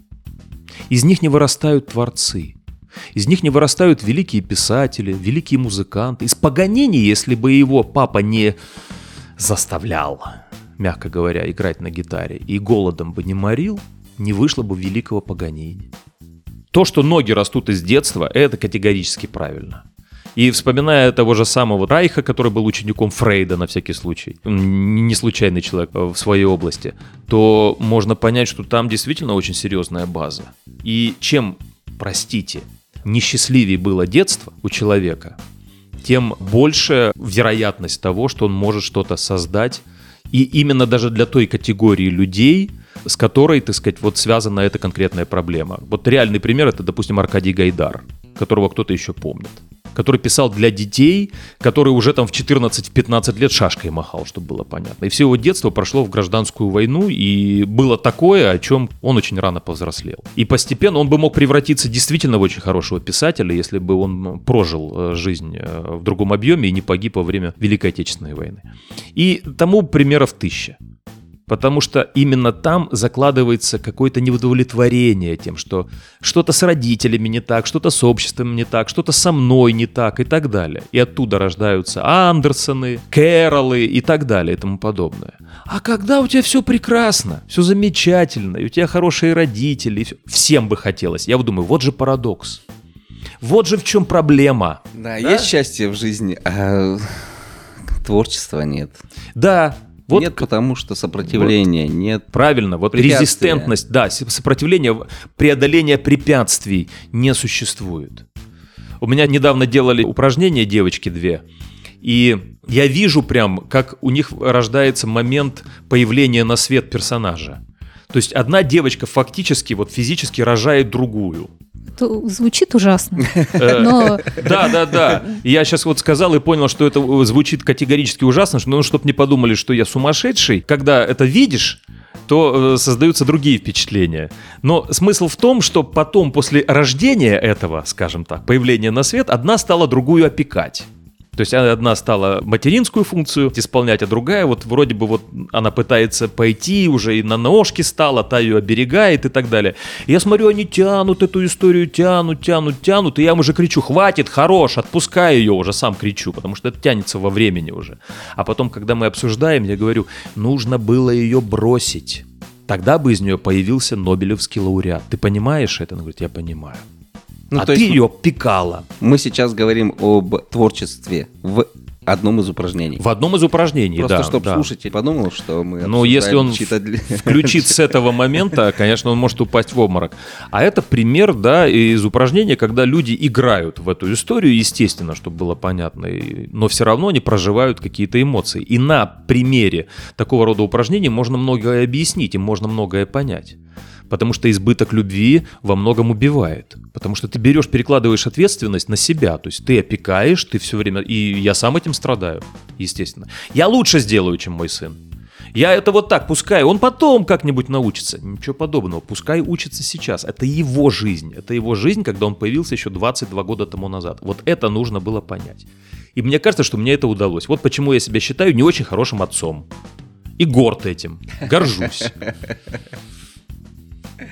Из них не вырастают творцы. Из них не вырастают великие писатели, великие музыканты. Из Паганини, если бы его папа не заставлял, мягко говоря, играть на гитаре и голодом бы не морил, не вышло бы великого Паганини. То, что ноги растут из детства, это категорически правильно. И вспоминая того же самого Райха, который был учеником Фрейда на всякий случай, не случайный человек в своей области, то можно понять, что там действительно очень серьезная база. И чем, простите, несчастливее было детство у человека, тем больше вероятность того, что он может что-то создать. И именно даже для той категории людей, с которой, так сказать, вот связана эта конкретная проблема. Вот реальный пример — это, допустим, Аркадий Гайдар, которого кто-то еще помнит, который писал для детей, который уже там в 14-15 лет шашкой махал, чтобы было понятно. И все его детство прошло в гражданскую войну, и было такое, о чем он очень рано повзрослел. И постепенно он бы мог превратиться действительно в очень хорошего писателя, если бы он прожил жизнь в другом объеме и не погиб во время Великой Отечественной войны. И тому примеров 1000. Потому что именно там закладывается какое-то неудовлетворение тем, что что-то с родителями не так, что-то с обществом не так, что-то со мной не так и так далее. И оттуда рождаются Андерсоны, Кэрроллы и так далее и тому подобное. А когда у тебя все прекрасно, все замечательно, и у тебя хорошие родители, всем бы хотелось. Я вот думаю, вот же парадокс. Вот же в чем проблема. Да, есть счастье в жизни, а творчества нет. Да. Вот нет, потому что сопротивления нет. Правильно, вот резистентность, да, сопротивление, преодоление препятствий не существует. У меня недавно делали упражнения девочки 2, и я вижу прям, как у них рождается момент появления на свет персонажа. То есть одна девочка фактически, вот физически рожает другую. Это звучит ужасно. Но... Да. Я сейчас вот сказал и понял, что это звучит категорически ужасно, но чтобы не подумали, что я сумасшедший. Когда это видишь, то создаются другие впечатления. Но смысл в том, что потом, после рождения этого, скажем так, появления на свет, одна стала другую опекать. То есть одна стала материнскую функцию исполнять, а другая вот вроде бы вот она пытается пойти, уже и на ножки стала, та ее оберегает и так далее. И я смотрю, они тянут эту историю, тянут, и я им уже кричу: хватит, хорош, отпускай ее, уже сам кричу, потому что это тянется во времени уже. А потом, когда мы обсуждаем, я говорю, нужно было ее бросить. Тогда бы из нее появился Нобелевский лауреат. Ты понимаешь это? Она говорит, я понимаю. А ты ее пекала. Мы сейчас говорим об творчестве в одном из упражнений. В одном из упражнений, просто, да. Просто, чтобы слушатель подумал, что мы Но если он включит с этого момента, конечно, он может упасть в обморок. А это пример, да, из упражнения, когда люди играют в эту историю, естественно, чтобы было понятно, но все равно они проживают какие-то эмоции. И на примере такого рода упражнений можно многое объяснить, и можно многое понять. Потому что избыток любви во многом убивает. Потому что ты берешь, перекладываешь ответственность на себя. То есть ты опекаешь, ты все время... И я сам этим страдаю, естественно. Я лучше сделаю, чем мой сын. Я это вот так, пускай он потом как-нибудь научится. Ничего подобного, пускай учится сейчас. Это его жизнь. Это его жизнь, когда он появился еще 22 года тому назад. Вот это нужно было понять. И мне кажется, что мне это удалось. Вот почему я себя считаю не очень хорошим отцом. И горд этим. Горжусь.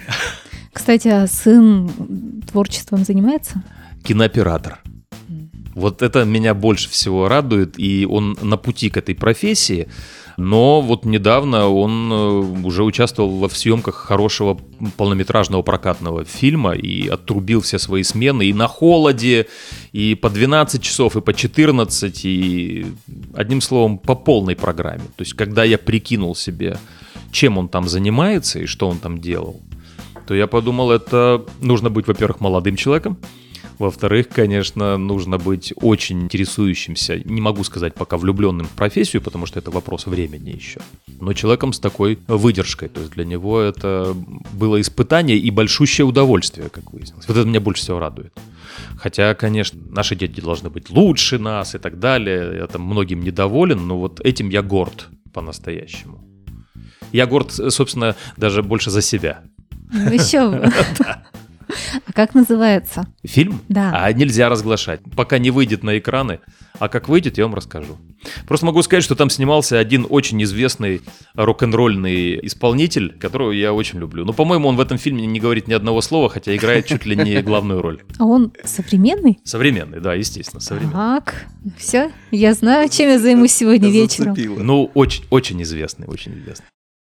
Кстати, а сын творчеством занимается? Кинооператор. Вот это меня больше всего радует, и он на пути к этой профессии, но вот недавно он уже участвовал в съемках хорошего полнометражного прокатного фильма и отрубил все свои смены и на холоде, и по 12 часов, и по 14, и одним словом, по полной программе. То есть, когда я прикинул себе, чем он там занимается и что он там делал, то я подумал, это нужно быть, во-первых, молодым человеком, во-вторых, конечно, нужно быть очень интересующимся, не могу сказать пока влюбленным в профессию, потому что это вопрос времени еще, но человеком с такой выдержкой. То есть для него это было испытание и большущее удовольствие, как выяснилось. Вот это меня больше всего радует. Хотя, конечно, наши дети должны быть лучше нас и так далее. Я там многим недоволен, но вот этим я горд по-настоящему. Я горд, собственно, даже больше за себя. Ну еще бы. А как называется? Фильм? Да. А нельзя разглашать. Пока не выйдет на экраны. А как выйдет, я вам расскажу. Просто могу сказать, что там снимался один очень известный рок-н-ролльный исполнитель, которого я очень люблю. Но, по-моему, он в этом фильме не говорит ни одного слова, хотя играет чуть ли не главную роль. А он современный? Современный, да, естественно, современный. Так, все, я знаю, чем я займусь сегодня вечером. Ну, очень, очень известный, очень известный.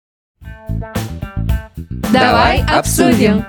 Давай обсудим.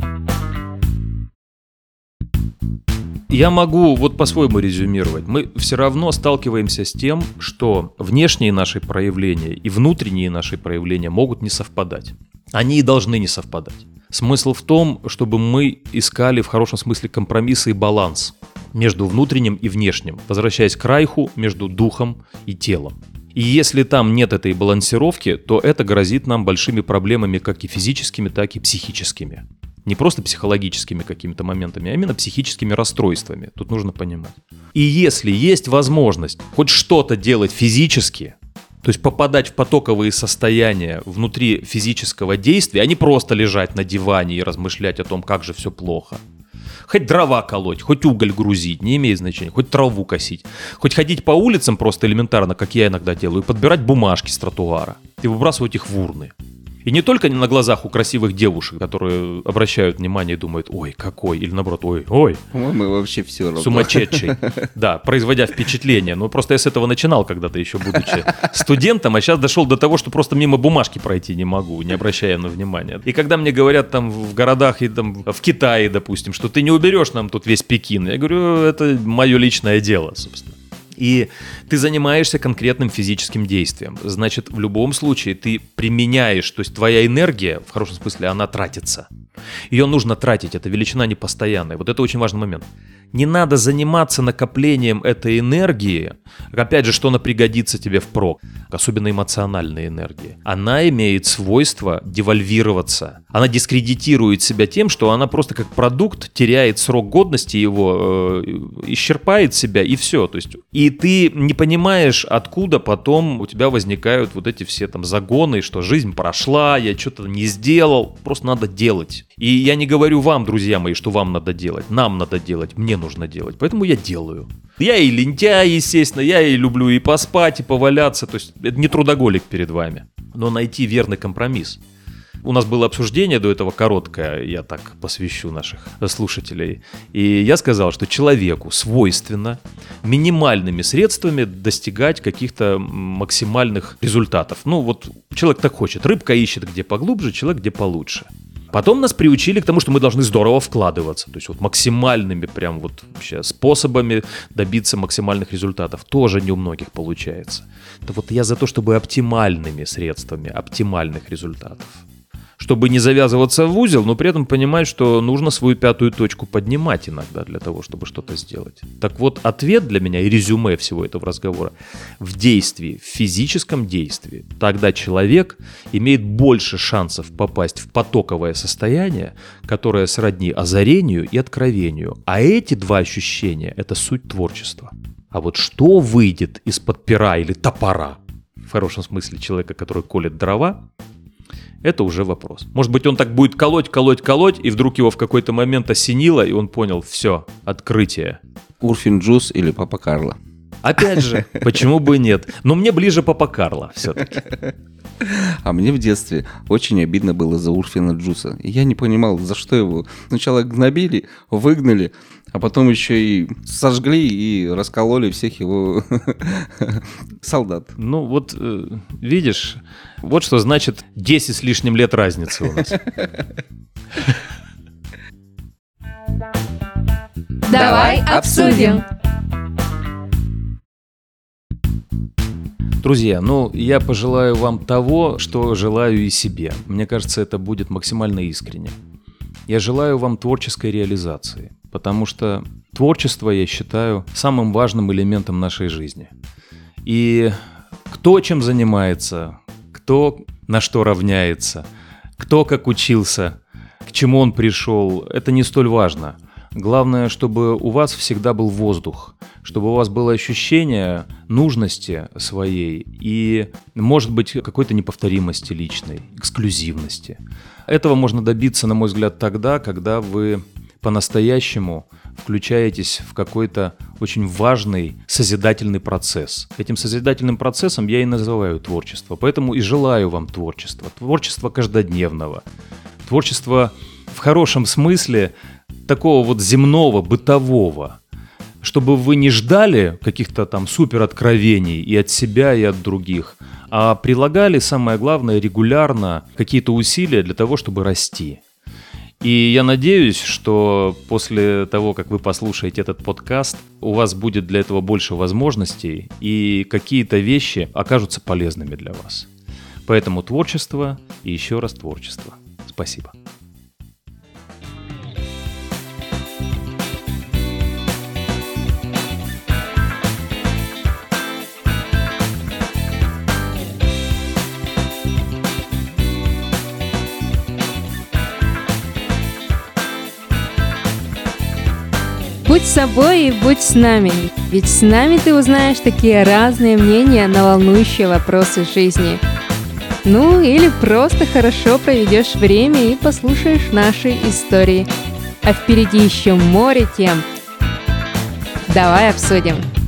Я могу вот по-своему резюмировать. Мы все равно сталкиваемся с тем, что внешние наши проявления и внутренние наши проявления могут не совпадать. Они и должны не совпадать. Смысл в том, чтобы мы искали в хорошем смысле компромиссы и баланс между внутренним и внешним, возвращаясь к райху между духом и телом. И если там нет этой балансировки, то это грозит нам большими проблемами как и физическими, так и психическими. Не просто психологическими какими-то моментами, а именно психическими расстройствами. Тут нужно понимать. И если есть возможность хоть что-то делать физически, то есть попадать в потоковые состояния внутри физического действия, а не просто лежать на диване и размышлять о том, как же все плохо. Хоть дрова колоть, хоть уголь грузить, не имеет значения, хоть траву косить. Хоть ходить по улицам просто элементарно, как я иногда делаю, и подбирать бумажки с тротуара и выбрасывать их в урны. И не только на глазах у красивых девушек, которые обращают внимание и думают, ой, какой, или наоборот, ой, По-моему, вообще все равно. Сумасшедший. Да, производя впечатление. Ну, просто я с этого начинал когда-то еще, будучи студентом, а сейчас дошел до того, что просто мимо бумажки пройти не могу, не обращая на внимание. И когда мне говорят там в городах и там в Китае, допустим, что ты не уберешь нам тут весь Пекин, я говорю, это мое личное дело, собственно. И ты занимаешься конкретным физическим действием. Значит, в любом случае ты применяешь, то есть твоя энергия, в хорошем смысле, она тратится. Ее нужно тратить, это величина непостоянная. Вот это очень важный момент. Не надо заниматься накоплением этой энергии, опять же, что она пригодится тебе впрок, особенно эмоциональной энергии. Она имеет свойство девальвироваться. Она дискредитирует себя тем, что она просто как продукт теряет срок годности его, исчерпает себя и все. То есть, и ты не понимаешь, откуда потом у тебя возникают вот эти все там загоны, что жизнь прошла, я что-то не сделал, просто надо делать. И я не говорю вам, друзья мои, что вам надо делать, нам надо делать, мне нужно делать, поэтому я делаю. Я и лентяй, естественно, я и люблю и поспать, и поваляться, то есть это не трудоголик перед вами, но найти верный компромисс. У нас было обсуждение до этого короткое, я так посвящу наших слушателей, и я сказал, что человеку свойственно минимальными средствами достигать каких-то максимальных результатов. Ну вот человек так хочет, рыбка ищет где поглубже, человек где получше. Потом нас приучили к тому, что мы должны здорово вкладываться, то есть вот максимальными прям вот вообще способами добиться максимальных результатов. Тоже не у многих получается. Это вот я за то, чтобы оптимальными средствами, оптимальных результатов. Чтобы не завязываться в узел, но при этом понимать, что нужно свою пятую точку поднимать иногда для того, чтобы что-то сделать. Так вот, ответ для меня и резюме всего этого разговора в действии, в физическом действии. Тогда человек имеет больше шансов попасть в потоковое состояние, которое сродни озарению и откровению. А эти два ощущения – это суть творчества. А вот что выйдет из-под пера или топора, в хорошем смысле человека, который колет дрова, это уже вопрос. Может быть, он так будет колоть, и вдруг его в какой-то момент осенило, и он понял, все, открытие. Урфин Джюс или Папа Карло. Опять же, почему бы и нет? Но мне ближе Папа Карло все-таки. А мне в детстве очень обидно было за Урфина Джуса. И я не понимал, за что его сначала гнобили, выгнали, а потом еще и сожгли и раскололи всех его солдат. Ну вот, видишь, вот что значит 10 с лишним лет разницы у нас. Давай обсудим. Друзья, ну, я пожелаю вам того, что желаю и себе. Мне кажется, это будет максимально искренне. Я желаю вам творческой реализации, потому что творчество, я считаю, самым важным элементом нашей жизни. И кто чем занимается, кто на что равняется, кто как учился, к чему он пришел, это не столь важно. Главное, чтобы у вас всегда был воздух, чтобы у вас было ощущение нужности своей и, может быть, какой-то неповторимости личной, эксклюзивности. Этого можно добиться, на мой взгляд, тогда, когда вы по-настоящему включаетесь в какой-то очень важный созидательный процесс. Этим созидательным процессом я и называю творчество. Поэтому и желаю вам творчества. Творчества каждодневного. Творчества в хорошем смысле такого вот земного, бытового. Чтобы вы не ждали каких-то там супероткровений и от себя, и от других, а прилагали, самое главное, регулярно какие-то усилия для того, чтобы расти. И я надеюсь, что после того, как вы послушаете этот подкаст, у вас будет для этого больше возможностей, и какие-то вещи окажутся полезными для вас. Поэтому творчество и еще раз творчество. Спасибо. Будь собой и будь с нами, ведь с нами ты узнаешь такие разные мнения на волнующие вопросы жизни. Ну или просто хорошо проведешь время и послушаешь наши истории. А впереди еще море тем. Давай обсудим.